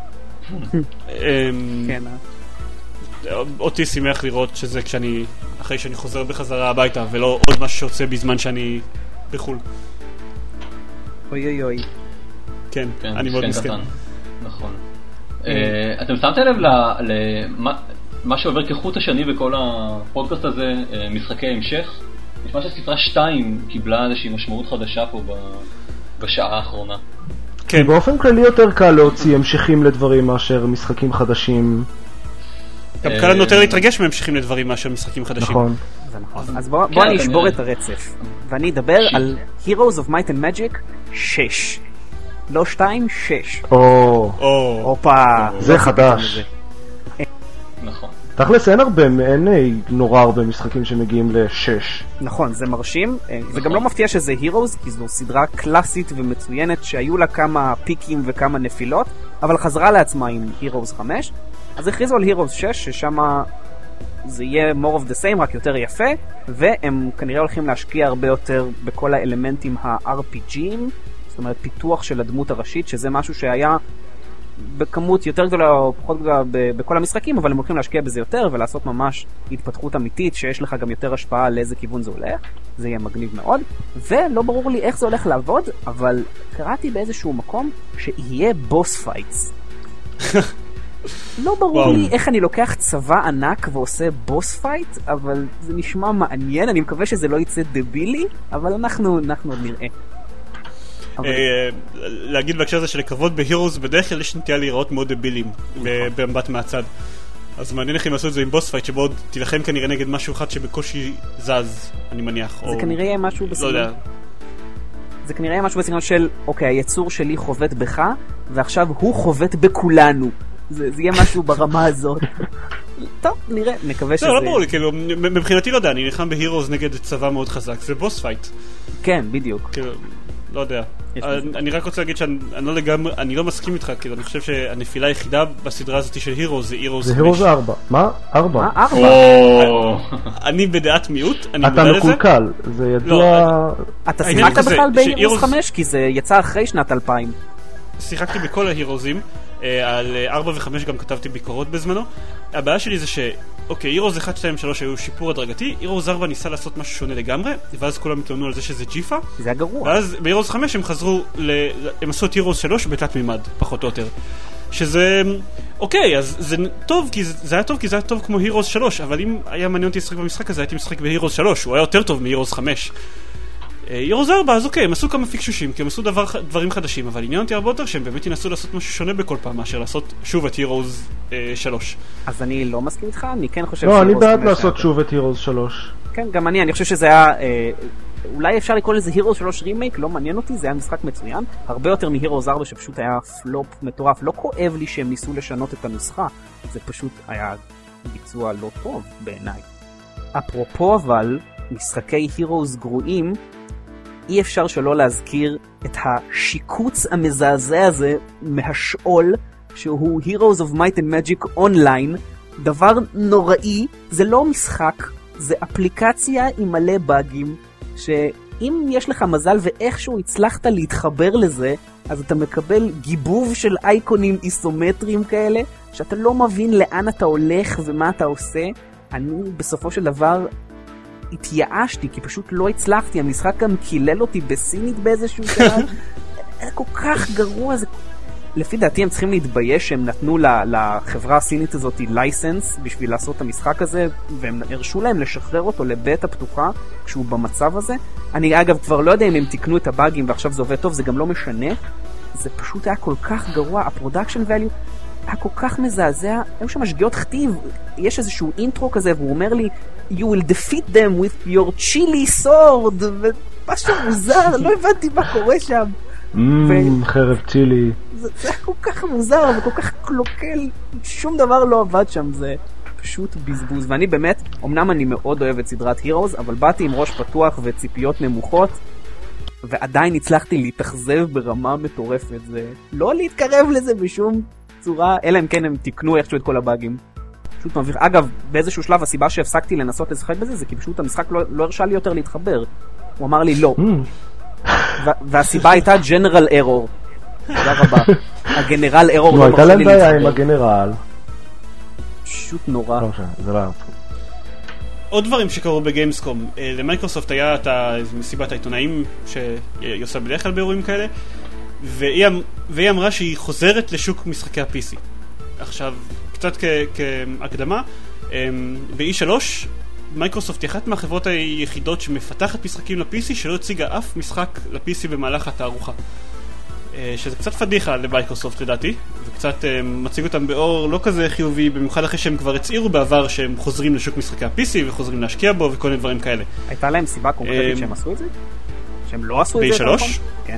S2: כן,
S1: אותי שימח לראות שזה כשאני, אחרי שאני חוזר בחזרה הביתה, ולא עוד משהו שיוצא בזמן שאני בחול.
S2: אוי אוי אוי.
S1: כן, אני מאוד מסכן.
S3: נכון. אתם שמתם לב למה שעובר כחוט השני בכל הפודקאסט הזה, משחקי המשך? נשמע שספרה שתיים קיבלה איזושהי משמעות חדשה פה בשעה האחרונה.
S4: כן. באופן כללי יותר קל להוציא המשכים לדברים מאשר משחקים חדשים.
S1: גם קל לנו יותר להתרגש מהמשכים לדברים מאשר משחקים חדשים.
S4: נכון.
S2: זה נכון. אז בוא אני אשבור את הרצף. ואני אדבר על Heroes of Might and Magic שש. לא שתיים, שש.
S4: או.
S2: אופה.
S4: זה חדש.
S3: נכון.
S4: תכלס אין הרבה, אין נורא הרבה משחקים שמגיעים לשש.
S2: נכון, זה מרשים. זה גם לא מפתיע שזה Heroes, כי זו סדרה קלאסית ומצוינת שהיו לה כמה פיקים וכמה נפילות, אבל חזרה לעצמה עם Heroes חמש. אז הכריזו על Heroes שש, ששם זה יהיה more of the same, רק יותר יפה, והם כנראה הולכים להשקיע הרבה יותר בכל האלמנטים ה-אר פי ג'ים, זאת אומרת פיתוח של הדמות הראשית, שזה משהו שהיה בכמות יותר גדולה או פחות גדולה בכל המשחקים, אבל הם הולכים להשקיע בזה יותר ולעשות ממש התפתחות אמיתית שיש לך גם יותר השפעה על איזה כיוון זה הולך. זה יהיה מגניב מאוד, ולא ברור לי איך זה הולך לעבוד, אבל קראתי באיזשהו מקום שיהיה בוס פייטס. לא ברור לי איך אני לוקח צבא ענק ועושה בוס פייט, אבל זה נשמע מעניין, אני מקווה שזה לא יצא דבילי, אבל אנחנו אנחנו עוד נראה.
S1: להגיד בהקשר הזה שלקוות בהירוס בדרך כלל יש נטייה להיראות מאוד דבילים במבט מהצד, אז מעניין איך הם עשו את זה עם בוס פייט שבו עוד תילחם כנראה נגד משהו אחד שבקושי זז, אני מניח.
S2: זה כנראה יהיה משהו בסגנון, זה כנראה יהיה משהו בסגנון של אוקיי, היצור שלי חובט בך ועכשיו הוא חובט בכולנו, זה יהיה משהו ברמה הזאת. טוב, נראה, נקווה שזה...
S1: לא, לא ברור לי, כאילו, מבחינתי לא יודע, אני נלחם בהירוס נגד צבא מאוד חזק, זה בוס פייט.
S2: כן, בדיוק.
S1: כאילו, לא יודע. אני רק רוצה להגיד שאני לא לגמרי, אני לא מסכים איתך, כאילו, אני חושב שהנפילה היחידה בסדרה הזאת של הירוס זה הירוס חמש.
S4: זה הירוס ארבע. מה? ארבע.
S2: מה? ארבע?
S1: אני בדעת מיעוט, אני
S4: אתה מקולקל, זה ידוע...
S2: אתה שיחקת בכלל בהירוס חמש? כי זה יצא אחרי שנת אלפיים.
S1: שיחקתי בכל ההירוזים, על ארבע וחמש גם כתבתי ביקורות בזמנו. הבעיה שלי זה ש... אוקיי, הירוז אחת, שתיים, שלוש היו שיפור הדרגתי, הירוז ארבע ניסה לעשות משהו שונה לגמרי, ואז כולם התלוננו על זה שזה ג'יפה.
S2: זה הגרוע.
S1: ואז בהירוז חמש הם חזרו, ל... הם עשו את הירוז שלוש בתלת מימד, פחות או יותר. שזה... אוקיי, אז זה טוב, כי זה היה טוב, כי זה היה טוב כמו הירוז שלוש, אבל אם היה מעניין אותי לשחק במשחק הזה, הייתי משחק בהירוז שלוש, הוא היה יותר טוב מהירוז חמש. הירוז ארבע, אז אוקיי, הם עשו כמה פיקשושים, כי הם עשו דבר, דברים חדשים, אבל עניין אותי הרבה יותר שהם באמת ינסו לעשות משהו שונה בכל פעם, מאשר לעשות שוב את הירוז שלוש.
S2: אז אני לא מסכים איתך, אני כן חושב...
S4: לא, אני בעד לעשות שוב את הירוז שלוש.
S2: כן, גם אני, אני חושב שזה היה... אה, אולי אפשר לקרוא לזה הירוז שלוש רימייק, לא מעניין אותי, זה היה משחק מצוין, הרבה יותר מהירוז ארבע שפשוט היה פלופ מטורף, לא כואב לי שהם ניסו לשנות את הנוסחה, זה פשוט היה ביצוע לא טוב בעיניי. אפרופו אבל, משחקי הירוז גרועים, אי אפשר שלא להזכיר את השיקוץ המזעזע הזה מהשאול שהוא Heroes of Might and Magic Online, דבר נוראי, זה לא משחק, זה אפליקציה עם מלא באגים, שאם יש לך מזל ואיכשהו הצלחת להתחבר לזה, אז אתה מקבל גיבוב של אייקונים איסומטריים כאלה, שאתה לא מבין לאן אתה הולך ומה אתה עושה. אני בסופו של דבר התייאשתי, כי פשוט לא הצלחתי, המשחק גם קילל אותי בסינית באיזשהו שלב, היה כל כך גרוע, זה... לפי דעתי הם צריכים להתבייש שהם נתנו לחברה הסינית הזאת לייסנס בשביל לעשות את המשחק הזה, והם הרשו להם לשחרר אותו לבית הפתוחה כשהוא במצב הזה. אני אגב כבר לא יודע אם הם תקנו את הבאגים ועכשיו זה עובד טוב, זה גם לא משנה, זה פשוט היה כל כך גרוע, הפרודקשן ואליו היה כל כך מזעזע, היו שם שגיאות כתיב, יש איזשהו אינטרו כזה, והוא אומר לי, you will defeat them with your chili sword, ומשהו מוזר, לא הבנתי מה קורה שם.
S4: חרב צ'ילי.
S2: זה היה כל כך מוזר וכל כך קלוקל, שום דבר לא עבד שם, זה פשוט בזבוז. ואני באמת, אמנם אני מאוד אוהב את סדרת הירוס, אבל באתי עם ראש פתוח וציפיות נמוכות, ועדיין הצלחתי להתאכזב ברמה מטורפת. זה לא להתקרב לזה בשום צורה, אלא אם כן הם תיקנו איכשהו את כל הבאגים. פשוט מביך. אגב, באיזשהו שלב הסיבה שהפסקתי לנסות לשחק בזה, זה כי פשוט המשחק לא, לא הרשה לי יותר להתחבר. הוא אמר לי לא. והסיבה הייתה ג'נרל ארור. תודה רבה. הגנרל ארור
S4: לא הייתה להם בעיה עם הגנרל.
S2: פשוט נורא.
S4: זה לא...
S1: עוד דברים שקרו בגיימסקום. למייקרוסופט היה את מסיבת העיתונאים שהיא עושה בדרך כלל באירועים כאלה, והיא אמרה שהיא חוזרת לשוק משחקי ה-פי סי. עכשיו, קצת כהקדמה, ב-אי שלוש מייקרוסופט היא אחת מהחברות היחידות שמפתחת משחקים ל-פי סי שלא הציגה אף משחק ל-פי סי במהלך התערוכה. שזה קצת פדיחה למייקרוסופט לדעתי, וקצת מציג אותם באור לא כזה חיובי, במיוחד אחרי שהם כבר הצעירו בעבר שהם חוזרים לשוק משחקי ה-פי סי וחוזרים להשקיע בו וכל מיני דברים כאלה.
S2: הייתה להם סיבה קונקרטית שהם עשו את זה? שהם לא עשו את זה?
S1: ב-אי שלוש?
S2: כן.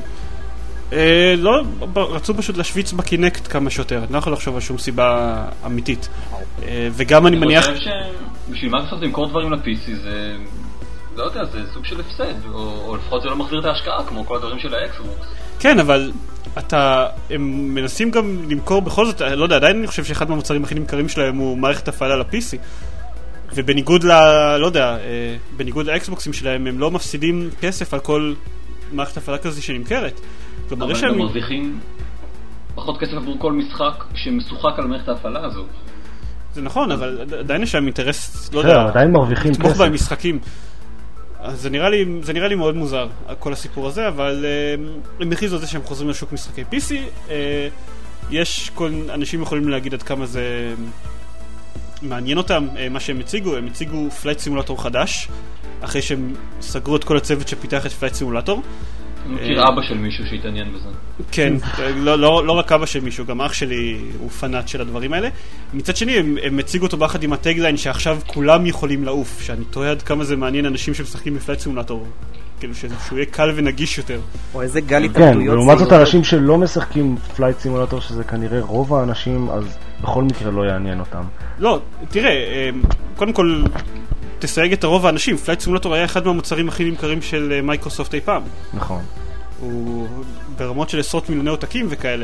S1: לא, רצו פשוט להשוויץ בקינקט כמה שיותר, אני לא יכול לחשוב על שום סיבה אמיתית. וגם אני מניח...
S3: אני חושב שבשביל מייקרוסופט למכור דברים ל-פי סי זה... לא יודע, זה סוג של הפסד, או לפחות זה לא מחזיר את ההשקעה כמו כל הדברים של האקסבוקס.
S1: כן, אבל אתה, הם מנסים גם למכור בכל זאת, לא יודע, עדיין אני חושב שאחד מהמוצרים הכי נמכרים שלהם הוא מערכת הפעלה ל-פי סי, ובניגוד ל... לא יודע, בניגוד לאקסבוקסים שלהם, הם לא מפסידים כסף על כל מערכת הפעלה כזאת שנמכרת.
S3: אבל הם גם מרוויחים פחות כסף עבור כל משחק שמשוחק על מערכת ההפעלה הזו.
S1: זה נכון, אבל עדיין יש להם אינטרס, לא יודע,
S4: עדיין מרוויחים כסף.
S1: לתמוך בהם משחקים. זה נראה לי, זה נראה לי מאוד מוזר, כל הסיפור הזה, אבל uh, הם הכריזו על זה שהם חוזרים לשוק משחקי פי סי. Uh, יש כל אנשים יכולים להגיד עד כמה זה מעניין אותם, uh, מה שהם הציגו. הם הציגו פלייט סימולטור חדש, אחרי שהם סגרו את כל הצוות שפיתח את פלייט סימולטור.
S3: מכיר אבא של מישהו שהתעניין בזה.
S1: כן, לא, לא, לא רק אבא של מישהו, גם אח שלי הוא פנאט של הדברים האלה. מצד שני, הם, הם הציגו אותו ביחד עם הטגליין שעכשיו כולם יכולים לעוף, שאני תוהה עד כמה זה מעניין אנשים שמשחקים בפלייט סימולטור, כאילו שהוא יהיה קל ונגיש יותר.
S2: או איזה גל התאבדויות.
S4: כן, ולעומת זאת אנשים שלא משחקים פלייט סימולטור, שזה כנראה רוב האנשים, אז בכל מקרה לא יעניין אותם.
S1: לא, תראה, קודם כל תסייג את הרוב האנשים. פלייט סימולטור היה אחד מהמוצרים הכי נמכרים של מייקרוסופט אי פעם.
S4: נכון.
S1: הוא ברמות של עשרות מיליוני עותקים וכאלה.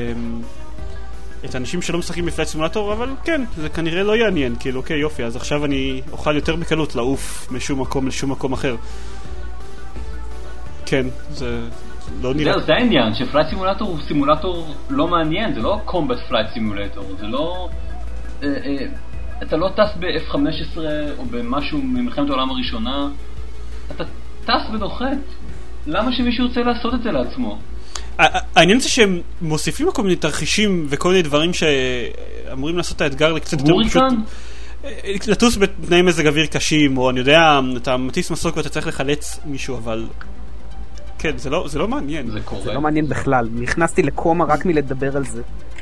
S1: את האנשים שלא משחקים בפלייט סימולטור, אבל כן, זה כנראה לא יעניין, כאילו, אוקיי, יופי, אז עכשיו אני אוכל יותר בקלות לעוף משום מקום לשום מקום אחר. כן, זה לא נראה.
S3: זה העניין, שפלייט סימולטור הוא סימולטור לא מעניין, זה לא קומבט פלייט סימולטור, זה לא... אתה לא טס ב-אף חמש עשרה או במשהו ממלחמת העולם הראשונה, אתה טס ונוחת. למה שמישהו רוצה לעשות את זה לעצמו?
S1: העניין זה שהם מוסיפים כל מיני תרחישים וכל מיני דברים שאמורים לעשות את האתגר לקצת יותר פשוט. לטוס בתנאי מזג אוויר קשים, או אני יודע, אתה מטיס מסוק ואתה צריך לחלץ מישהו, אבל כן, זה לא, זה לא מעניין.
S3: זה קורה.
S2: זה לא מעניין בכלל. נכנסתי לקומה רק מלדבר על זה.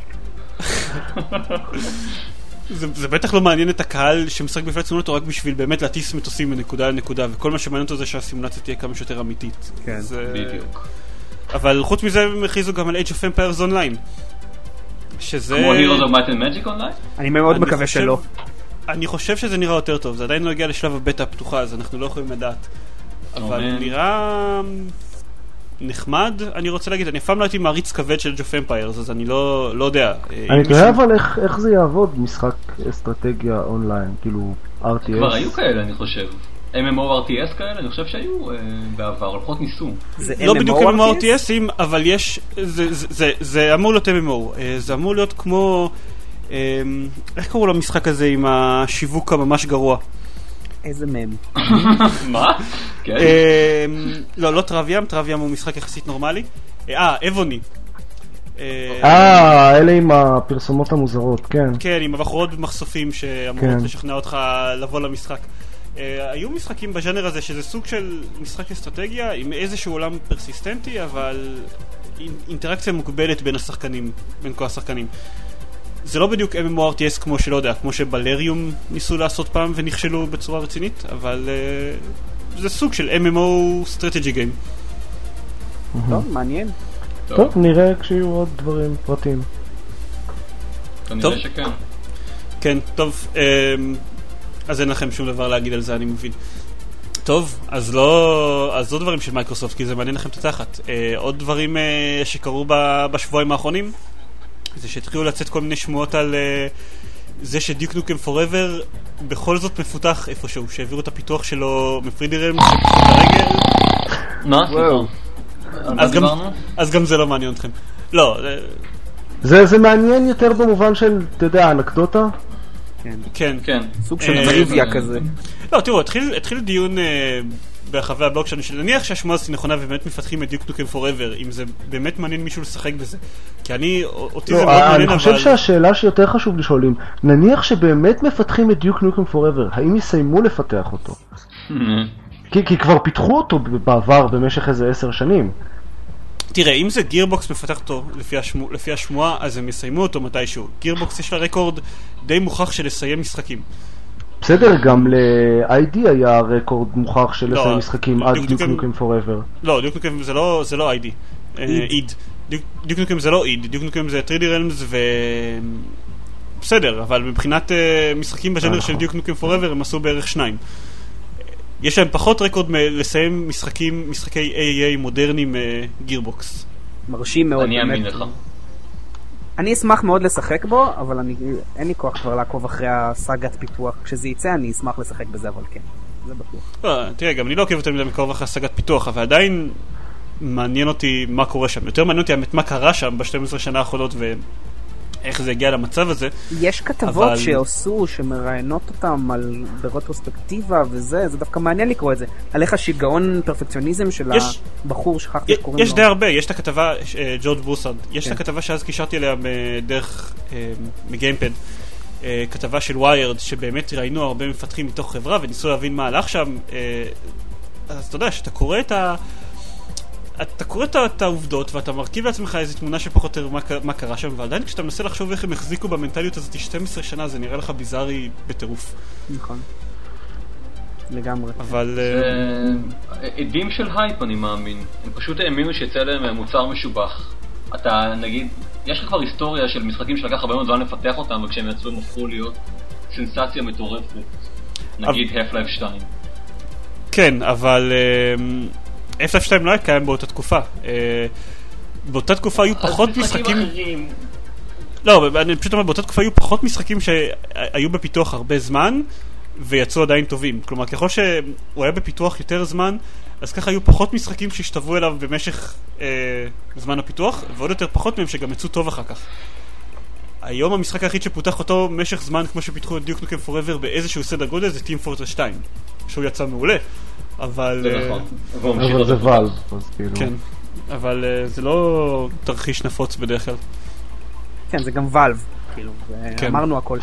S1: זה, זה בטח לא מעניין את הקהל שמשחק בפלייט סימולטור רק בשביל באמת להטיס מטוסים מנקודה לנקודה, וכל מה שמעניין אותו זה שהסימולציה תהיה כמה שיותר אמיתית.
S2: כן,
S1: זה...
S3: בדיוק.
S1: אבל חוץ מזה הם הכריזו גם על Age of Empires Online. שזה...
S3: כמו Heroes of Might and Magic Online?
S2: אני מאוד מקווה שלא.
S1: אני חושב שזה נראה יותר טוב, זה עדיין לא הגיע לשלב הבטא הפתוחה, אז אנחנו לא יכולים לדעת. אבל נראה... נחמד, אני רוצה להגיד, אני פעם לא הייתי מעריץ כבד של Age of Empires, אז אני לא, לא יודע.
S4: אני תוהה אבל איך, איך זה יעבוד משחק אסטרטגיה אונליין, כאילו אר טי אס?
S3: כבר היו כאלה, אני חושב. אם אם או אר טי אס כאלה, אני חושב שהיו אה, בעבר, לפחות ניסו.
S1: לא בדיוק אם אם או אר טי אסים, אבל יש, זה, זה, זה, זה אמור להיות אם אם או, זה אמור להיות כמו, אה, איך קראו למשחק הזה עם השיווק הממש גרוע?
S2: איזה מם.
S3: מה? כן.
S1: לא, לא טרב ים, טרב ים הוא משחק יחסית נורמלי. אה, אבוני.
S4: אה, אלה עם הפרסומות המוזרות, כן.
S1: כן, עם הבחורות במחשופים שאמורות לשכנע אותך לבוא למשחק. היו משחקים בז'אנר הזה שזה סוג של משחק אסטרטגיה עם איזשהו עולם פרסיסטנטי, אבל אינטראקציה מוגבלת בין השחקנים, בין כל השחקנים. זה לא בדיוק אם אם או אר טי אס כמו שלא יודע, כמו שבלריום ניסו לעשות פעם ונכשלו בצורה רצינית, אבל uh, זה סוג של אם אם או strategy game.
S2: טוב, מעניין.
S4: טוב, נראה כשיהיו עוד דברים פרטיים.
S3: כנראה שכן.
S1: כן, טוב, אז אין לכם שום דבר להגיד על זה, אני מבין. טוב, אז לא, אז לא דברים של מייקרוסופט, כי זה מעניין לכם את התחת. עוד דברים שקרו בשבועיים האחרונים, זה שהתחילו לצאת כל מיני שמועות על זה שדיוק נוקם פוראבר בכל זאת מפותח איפשהו, שהעבירו את הפיתוח שלו מפרידירם, שפשוט הרגל.
S3: מה?
S1: אז גם, אז גם זה לא מעניין אתכם. לא.
S4: זה, זה מעניין יותר במובן של, אתה יודע, אנקדוטה?
S1: כן. כן.
S3: כן.
S2: סוג של טריוויה כזה.
S1: לא, תראו, התחיל, התחיל דיון ברחבי הבלוג שלנו, שנניח שהשמועה הזאת נכונה ובאמת מפתחים את דיוק נוקם פוראבר, אם זה באמת מעניין מישהו לשחק בזה. כי אני, אותי זה מאוד מעניין, אבל...
S4: אני חושב שהשאלה שיותר חשוב לשאול, אם נניח שבאמת מפתחים את דיוק נוקם פוראבר, האם יסיימו לפתח אותו? כי, כי כבר פיתחו אותו בעבר במשך איזה עשר שנים.
S1: תראה, אם זה גירבוקס מפתח אותו לפי, השמו, לפי השמועה, אז הם יסיימו אותו מתישהו. גירבוקס יש לה רקורד די מוכח של לסיים משחקים.
S4: בסדר, גם ל-איי די היה רקורד מוכח של לסיים משחקים עד דיוק נוקם פוראבר.
S1: לא, דיוק נוקם זה לא, זה לא איי די. איד. דיוק נוקם זה לא איד. דיוק נוקם זה טרי די רלמס ו... בסדר, אבל מבחינת משחקים בז'אנר של דיוק נוקם פוראבר הם עשו בערך שניים. יש להם פחות רקורד לסיים משחקים, משחקי איי איי מודרניים גירבוקס.
S2: מרשים מאוד.
S3: אני אאמין לך.
S2: אני אשמח מאוד לשחק בו, אבל אני, אין לי כוח כבר לעקוב אחרי הסאגת פיתוח. כשזה יצא אני אשמח לשחק בזה, אבל כן. זה בטוח.
S1: לא, תראה, גם אני לא עוקב יותר מדי מקרוב אחרי הסאגת פיתוח, אבל עדיין מעניין אותי מה קורה שם. יותר מעניין אותי מה קרה שם ב-שתים עשרה שנה האחרונות ו... איך זה הגיע למצב הזה.
S2: יש כתבות אבל... שעשו, שמראיינות אותם על ברטרוספקטיבה וזה, זה דווקא מעניין לקרוא את זה. על איך השיגעון פרפקציוניזם של יש... הבחור שכחתי שקוראים לו.
S1: יש די הרבה, יש את הכתבה, ג'ורג' בוסרד, יש כן. את הכתבה שאז קישרתי אליה בדרך, מגיימפד, כתבה של ויירד, שבאמת ראינו הרבה מפתחים מתוך חברה, וניסו להבין מה הלך שם. אז אתה יודע, שאתה קורא את ה... אתה קורא את העובדות ואתה מרכיב לעצמך איזו תמונה שפחות או יותר מה קרה שם, ועדיין כשאתה מנסה לחשוב איך הם החזיקו במנטליות הזאת שתים עשרה שנה, זה נראה לך ביזארי בטירוף.
S2: נכון. לגמרי.
S1: אבל...
S3: עדים של הייפ אני מאמין. הם פשוט האמינו שיצא להם מוצר משובח. אתה נגיד, יש לך כבר היסטוריה של משחקים שלקח הרבה מאוד זמן לפתח אותם, וכשהם יצאו הם הפכו להיות סנסציה מטורפת. נגיד Half-Life שתיים.
S1: כן, אבל... אף אף שתיים לא היה קיים באותה תקופה. באותה תקופה היו פחות משחקים... לא, אני פשוט אומר, באותה תקופה היו פחות משחקים שהיו בפיתוח הרבה זמן ויצאו עדיין טובים. כלומר, ככל שהוא היה בפיתוח יותר זמן, אז ככה היו פחות משחקים שהשתוו אליו במשך זמן הפיתוח, ועוד יותר פחות מהם שגם יצאו טוב אחר כך. היום המשחק היחיד שפותח אותו משך זמן כמו שפיתחו את דיוק נוקם פוראבר באיזשהו סדר גודל זה טים פורטרס שתיים, שהוא יצא מעולה. אבל...
S4: אבל זה ואלב, אז כאילו...
S1: כן, אבל זה לא תרחיש נפוץ בדרך כלל.
S2: כן, זה גם ואלב, כאילו, אמרנו הכל.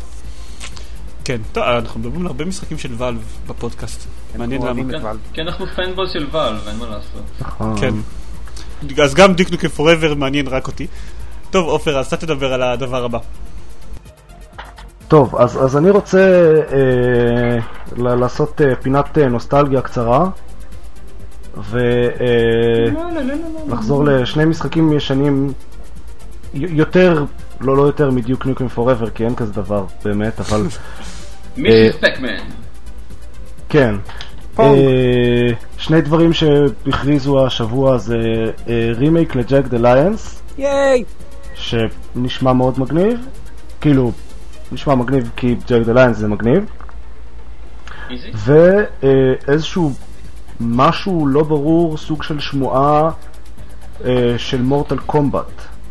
S1: כן, טוב, אנחנו מדברים על הרבה משחקים של ואלב בפודקאסט. מעניין למה.
S3: כן, אנחנו פנבול של ואלב, אין מה לעשות.
S1: כן. אז גם דיוק נוקם פוראבר מעניין רק אותי. טוב, אופר, אז אתה תדבר על הדבר הבא.
S4: טוב, אז, אז אני רוצה אה, ל- לעשות אה, פינת אה, נוסטלגיה קצרה ולחזור אה, לשני משחקים ישנים יותר, לא לא יותר מדיוק נוקם פוראבר, כי אין כזה דבר באמת, אבל...
S3: מיסיס פקמן.
S4: כן. אה, שני דברים שהכריזו השבוע זה אה, רימייק לג'אגד אליינס.
S2: ייי!
S4: שנשמע מאוד מגניב, כאילו... נשמע מגניב כי ג'אגד אליינס זה מגניב. ואיזשהו משהו לא ברור, סוג של שמועה של מורטל קומבט.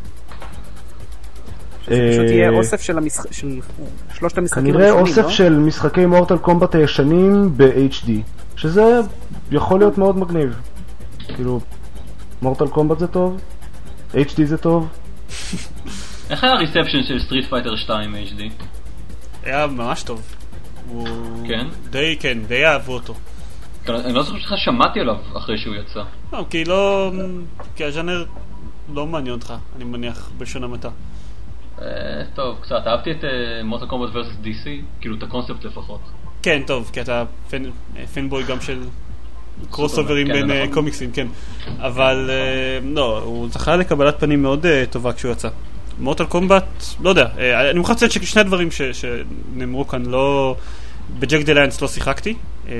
S2: שזה פשוט יהיה אוסף של שלושת המשחקים הראשונים,
S4: כנראה אוסף של משחקי מורטל קומבט הישנים ב-אייץ' די, שזה יכול להיות מאוד מגניב. כאילו, מורטל קומבט זה טוב, אייץ' די זה טוב.
S3: איך היה הריספשן של סטריט פייטר שתיים אייץ' די?
S1: היה ממש טוב.
S3: כן?
S1: די, כן, די אהבו אותו.
S3: אני לא זוכר שלך שמעתי עליו אחרי שהוא יצא.
S1: לא, כי לא... כי הז'אנר לא מעניין אותך, אני מניח, בלשון המעטה.
S3: טוב, קצת, אהבתי את מורטל קומבט versus די סי, כאילו את הקונספט לפחות.
S1: כן, טוב, כי אתה פנבוי גם של קרוס אוברים בין קומיקסים, כן. אבל לא, הוא זכה לקבלת פנים מאוד טובה כשהוא יצא. מורטל קומבט, לא יודע, אני מוכרח לציין ששני הדברים שנאמרו כאן, לא... בג'ק דה ליינס לא שיחקתי.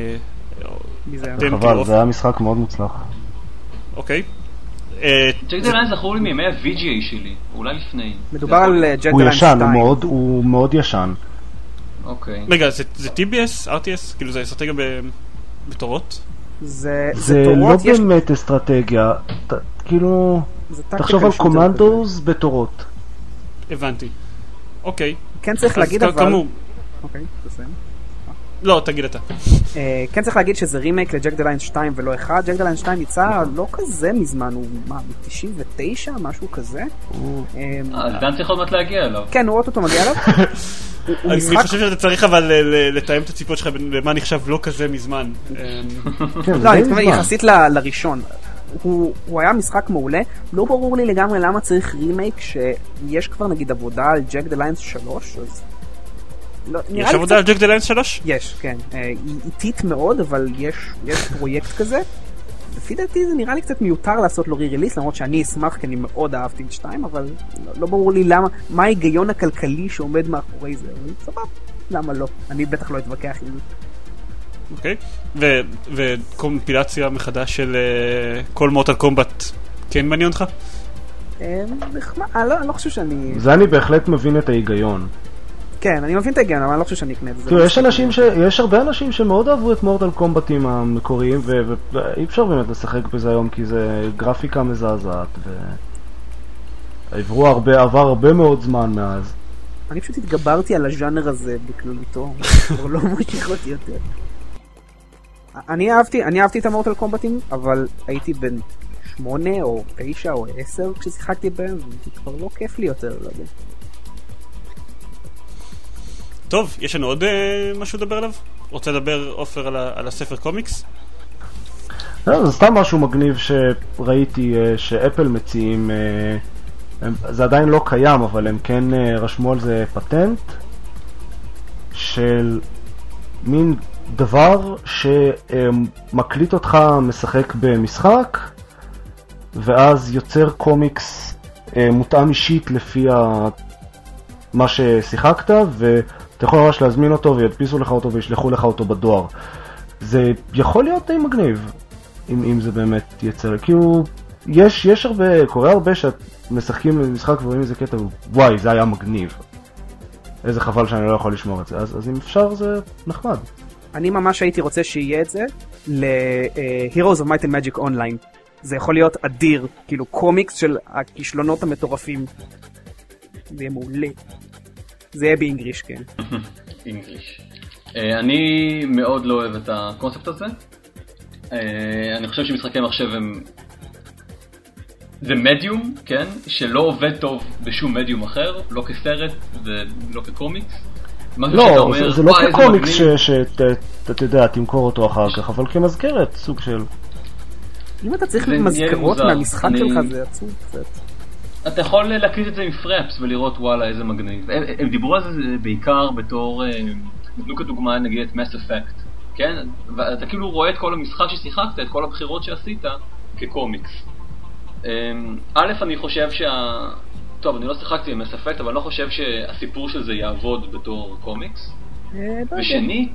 S4: חבל, זה היה משחק מאוד מוצלח.
S1: אוקיי.
S3: ג'ק דה ליינס זכור לי מימי ה-וי ג'י איי שלי, אולי לפני.
S2: מדובר על ג'ק דה
S4: הוא
S2: ליינס
S4: ישן,
S2: שתיים.
S4: הוא מאוד ישן.
S3: אוקיי.
S1: רגע, זה טי בי אס? אר טי אס? כאילו זה אסטרטגיה בתורות?
S2: זה
S4: לא באמת אסטרטגיה, כאילו... תחשוב על קומנדוס בתורות.
S1: הבנתי. אוקיי.
S2: כן צריך להגיד אבל...
S1: כאמור.
S2: אוקיי, תסיים.
S1: לא, תגיד אתה.
S2: כן צריך להגיד שזה רימייק לג'ק דה ליינס שתיים ולא אחד. ג'ק דה ליינס שתיים יצא לא כזה מזמן, הוא מה, ב-תשעים ותשע, משהו כזה.
S3: אז גם צריך עוד מעט להגיע אליו.
S2: כן, הוא אוטוטו מגיע אליו.
S1: אני חושב שאתה צריך אבל לתאם את הציפות שלך למה נחשב לא כזה מזמן.
S2: לא, אני מתכוון יחסית לראשון. הוא היה משחק מעולה. לא ברור לי לגמרי למה צריך רימייק שיש כבר נגיד עבודה על ג'ק דה ליינס שלוש, אז...
S1: יש עבודה על ג'ק דה ליינס שלוש?
S2: יש, כן. היא איטית מאוד, אבל יש פרויקט כזה. לפי דעתי זה נראה לי קצת מיותר לעשות לו רי-ריליס, למרות שאני אשמח, כי אני מאוד אהבתי את שתיים, אבל לא ברור לי למה, מה ההיגיון הכלכלי שעומד מאחורי זה. סבב, למה לא? אני בטח לא אתווכח עם זה.
S1: אוקיי. וקומפילציה מחדש של כל מורטל קומבט כן מעניין אותך?
S2: אני לא חושב שאני...
S4: זה אני בהחלט מבין את ההיגיון.
S2: כן, אני מבין את ההיגיון, אבל אני לא חושב שאני אקנה את זה.
S4: תראו, יש אנשים ש... יש הרבה אנשים שמאוד אהבו את מורטל קומבטים המקוריים, ואי אפשר באמת לשחק בזה היום, כי זה גרפיקה מזעזעת, ועברו הרבה, עבר הרבה מאוד זמן מאז.
S2: אני פשוט התגברתי על הז'אנר הזה בכלליתו, אבל לא מושך אותי יותר. אני אהבתי, אני אהבתי את המורטל קומבטים, אבל הייתי בן שמונה או תשע או עשר כששיחקתי בהם, וזה כבר לא כיף לי יותר, לא יודע.
S1: טוב, יש לנו עוד משהו לדבר עליו? רוצה לדבר אופר על, על הספר קומיקס?
S4: לא, זה סתם משהו מגניב שראיתי שאפל מציעים, זה עדיין לא קיים, אבל הם כן רשמו על זה פטנט של מין דבר שמקליט אותך משחק במשחק ואז יוצר קומיקס מותאם אישית לפי מה ששיחקת, ואתה יכול ממש להזמין אותו וידפיסו לך אותו וישלחו לך אותו בדואר. זה יכול להיות די מגניב אם, אם זה באמת יצא, כי הוא יש, יש הרבה, קורה הרבה שאת משחקים במשחק ורואים איזה קטע, וואי, זה היה מגניב, איזה חבל שאני לא יכול לשמור את זה. אז, אז אם אפשר זה נחמד.
S2: אני ממש הייתי רוצה שיהיה את זה ל-Heroes of Might and Magic Online. זה יכול להיות אדיר, כאילו קומיקס של הכישלונות המטורפים. זה יהיה מעולה. זה יהיה באנגליש, כן.
S3: אנגליש. אני מאוד לא אוהב את הקונספט הזה. אני חושב שמשחקי מחשב הם... זה מדיום, כן? שלא עובד טוב בשום מדיום אחר, לא כסרט ולא כקומיקס.
S4: לא, זה לא כקומיקס שאתה יודע, תמכור אותו אחר כך, אבל כמזכרת, סוג של...
S2: אם אתה צריך מזכרות מהמשחק שלך, זה עצוב קצת.
S3: אתה יכול להקליט את זה עם פרפס ולראות וואלה איזה מגניב. הם, הם דיברו על זה בעיקר בתור, נתנו כדוגמה נגיד את Mass Effect, כן? ואתה כאילו רואה את כל המשחק ששיחקת, את כל הבחירות שעשית כקומיקס. א', אני חושב שה... טוב, אני לא שיחקתי עם Mass Effect, אבל אני לא חושב שהסיפור של זה יעבוד בתור קומיקס. ושנית,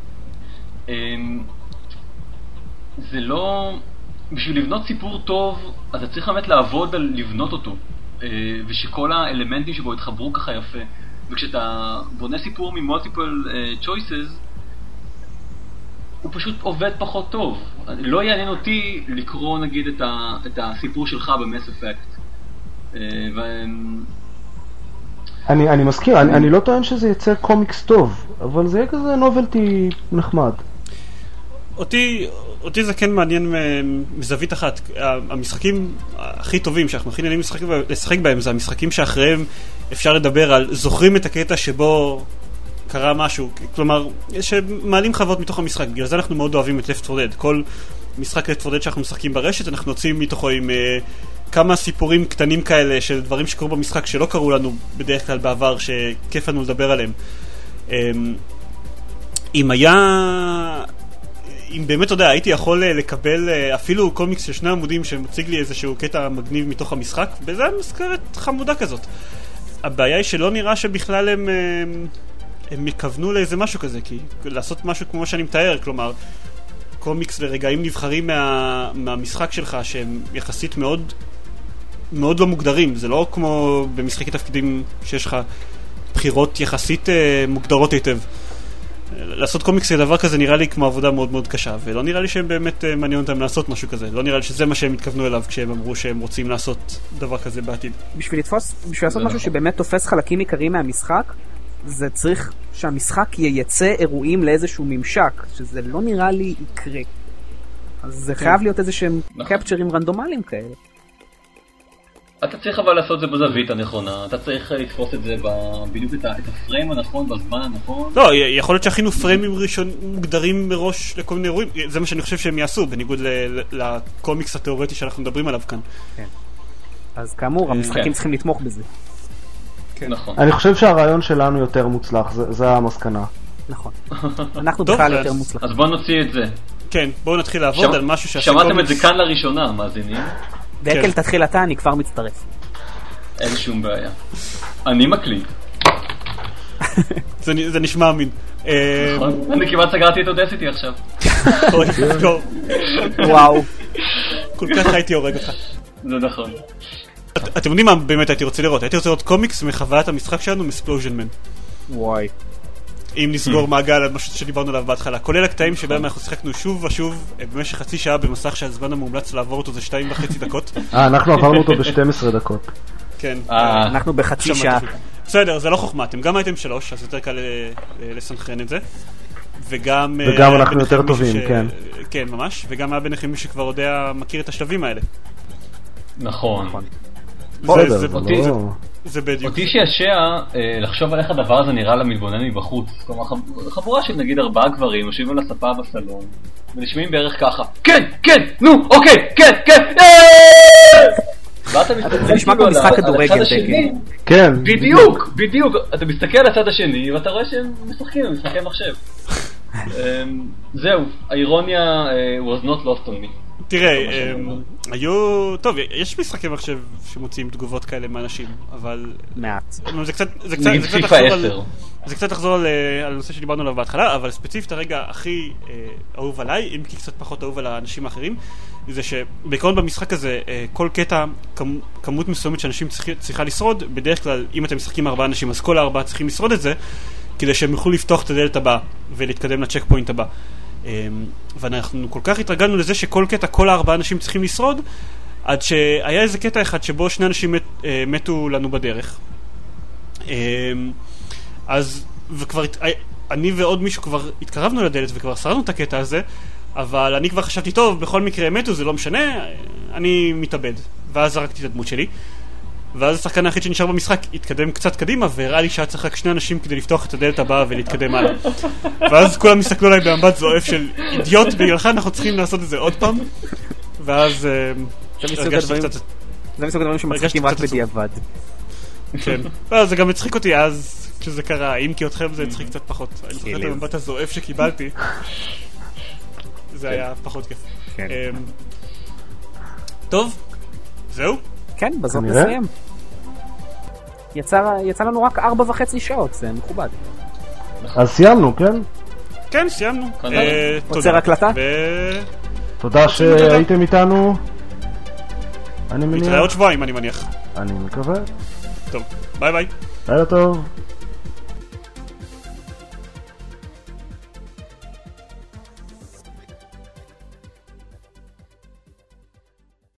S3: זה לא... בשביל לבנות סיפור טוב, אתה צריך באמת לעבוד על לבנות אותו, ושכל האלמנטים שבו יתחברו ככה יפה. וכשאתה בונה סיפור ממולטיפל choices, הוא פשוט עובד פחות טוב. לא יעניין אותי לקרוא נגיד את, ה, את הסיפור שלך במס אפקט. ו...
S4: אני, אני מזכיר, אני, אני לא טוען שזה יצא קומיקס טוב, אבל זה יהיה כזה נובלטי נחמד.
S1: אותי, אותי זה כן מעניין מזווית אחת. המשחקים הכי טובים שאנחנו הכי נהנים לשחק בהם זה המשחקים שאחריהם אפשר לדבר על זוכרים את הקטע שבו קרה משהו, כלומר שמעלים חוות מתוך המשחק. בגלל זה אנחנו מאוד אוהבים את Left four Dead. כל משחק להתמודד שאנחנו משחקים ברשת, אנחנו יוצאים מתוכו עם uh, כמה סיפורים קטנים כאלה של דברים שקורו במשחק שלא קרו לנו בדרך כלל בעבר, שכיף לנו לדבר עליהם. Um, אם היה... אם באמת, אתה יודע, הייתי יכול לקבל אפילו קומיקס של שני עמודים שמציג לי איזשהו קטע מגניב מתוך המשחק, וזה מזכרת חמודה כזאת. הבעיה היא שלא נראה שבכלל הם, הם, הם יכוונו לאיזה משהו כזה, כי לעשות משהו כמו שאני מתאר, כלומר, קומיקס לרגעים נבחרים מה, מהמשחק שלך, שהם יחסית מאוד, מאוד לא מוגדרים. זה לא כמו במשחקי תפקידים שיש לך בחירות יחסית מוגדרות היטב. לעשות קומיקס לדבר כזה נראה לי כמו עבודה מאוד מאוד קשה, ולא נראה לי שהם באמת מעניין אותם לעשות משהו כזה. לא נראה לי שזה מה שהם התכוונו אליו כשהם אמרו שהם רוצים לעשות דבר כזה בעתיד. בשביל לתפוס, בשביל לעשות משהו שבאמת תופס חלקים עיקריים מהמשחק, זה צריך שהמשחק ייצא אירועים לאיזשהו ממשק, שזה לא נראה לי יקרה. אז זה חייב להיות איזה שהם קפצ'רים רנדומליים כאלה.
S3: אתה צריך אבל לעשות זה בזווית הנכונה, אתה צריך לתפוס את זה בדיוק את הפריים הנכון, בזמן הנכון.
S1: לא, יכול להיות שהכינו פריימים ראשון מוגדרים מראש לכל מיני אירועים, זה מה שאני חושב שהם יעשו, בניגוד לקומיקס התיאורטי שאנחנו מדברים עליו כאן.
S2: כן. אז כאמור, המשחקים צריכים לתמוך בזה.
S3: נכון.
S4: אני חושב שהרעיון שלנו יותר מוצלח, זה המסקנה.
S2: נכון. אנחנו בכלל יותר מוצלח.
S3: אז בואו נוציא את זה.
S1: כן, בואו נתחיל לעבוד על משהו שעשו
S3: שמעתם את זה כאן לראשונה, מאזינים?
S2: דקל תתחיל אתה, אני כבר מצטרף.
S3: אין שום בעיה. אני מקליט.
S1: זה נשמע אמין.
S3: אני כמעט סגרתי את אודסיטי עכשיו.
S2: וואו.
S1: כל כך הייתי הורג אותך.
S3: זה נכון.
S1: אתם יודעים מה באמת הייתי רוצה לראות? הייתי רוצה לראות קומיקס מחוויית המשחק שלנו, מספלוז'ן מן.
S2: וואי.
S1: אם נסגור מעגל על משהו שדיברנו עליו בהתחלה, כולל הקטעים שבהם אנחנו שיחקנו שוב ושוב במשך חצי שעה במסך שהזמן המומלץ לעבור אותו זה שתיים וחצי דקות.
S4: אה, אנחנו עברנו אותו ב-שתים עשרה דקות.
S1: כן.
S2: אנחנו בחצי שעה.
S1: בסדר, זה לא חוכמה, אתם גם הייתם שלוש, אז יותר קל לסנכרן את זה. וגם...
S4: וגם אנחנו יותר טובים, כן.
S1: כן, ממש. וגם היה ביניכם מי שכבר יודע, מכיר את השלבים האלה.
S3: נכון.
S4: בסדר, זה לא...
S1: זה בדיוק.
S3: אותי שישע לחשוב על איך הדבר הזה נראה למתבונן מבחוץ. כלומר, חבורה של נגיד ארבעה גברים יושבים על הספה בסלון ונשמעים בערך ככה, כן, כן, נו, אוקיי, כן, כן, ואתה
S2: מסתכל כמו משחק כדורגל.
S4: כן.
S3: בדיוק, בדיוק. אתה מסתכל על הצד השני ואתה רואה שהם משחקים, הם משחקי מחשב. זהו, האירוניה was not lost on me.
S1: תראה, היו... טוב, יש משחקים עכשיו שמוציאים תגובות כאלה מאנשים, אבל...
S2: מעט.
S1: זה קצת...
S3: נגיד פיפה עשר.
S1: זה קצת לחזור על הנושא שדיברנו עליו בהתחלה, אבל ספציפית הרגע הכי אהוב עליי, אם כי קצת פחות אהוב על האנשים האחרים, זה שבעיקרון במשחק הזה, כל קטע, כמות מסוימת שאנשים צריכה לשרוד, בדרך כלל, אם אתם משחקים ארבעה אנשים, אז כל הארבעה צריכים לשרוד את זה, כדי שהם יוכלו לפתוח את הדלת הבאה, ולהתקדם לצ'ק פוינט הבא. ואנחנו כל כך התרגלנו לזה שכל קטע, כל הארבעה אנשים צריכים לשרוד, עד שהיה איזה קטע אחד שבו שני אנשים מת, מתו לנו בדרך. אז, וכבר, אני ועוד מישהו כבר התקרבנו לדלת וכבר שרדנו את הקטע הזה, אבל אני כבר חשבתי, טוב, בכל מקרה מתו, זה לא משנה, אני מתאבד. ואז זרקתי את הדמות שלי. ואז השחקן היחיד שנשאר במשחק התקדם קצת קדימה, והראה לי שהיה צריך רק שני אנשים כדי לפתוח את הדלת הבאה ולהתקדם הלאה. ואז כולם הסתכלו עליי במבט זועף של אידיוט, בגללך אנחנו צריכים לעשות את זה עוד פעם. ואז הרגשתי קצת...
S2: זה מסוג הדברים שמצחיקים רק בדיעבד.
S1: כן. זה גם הצחיק אותי אז כשזה קרה, אם כי אתכם זה הצחיק קצת פחות. אני זוכר את המבט הזועף שקיבלתי. זה היה פחות כיף. טוב, זהו?
S2: כן, בזאת נסיים. יצא, יצא לנו רק ארבע וחצי שעות, זה מכובד.
S4: אז סיימנו, כן?
S1: כן, סיימנו.
S2: עוצר הקלטה?
S4: תודה שהייתם איתנו. אני מניח.
S1: נתראה עוד שבועיים, אני מניח.
S4: אני מקווה.
S1: טוב, ביי ביי.
S4: לילה טוב.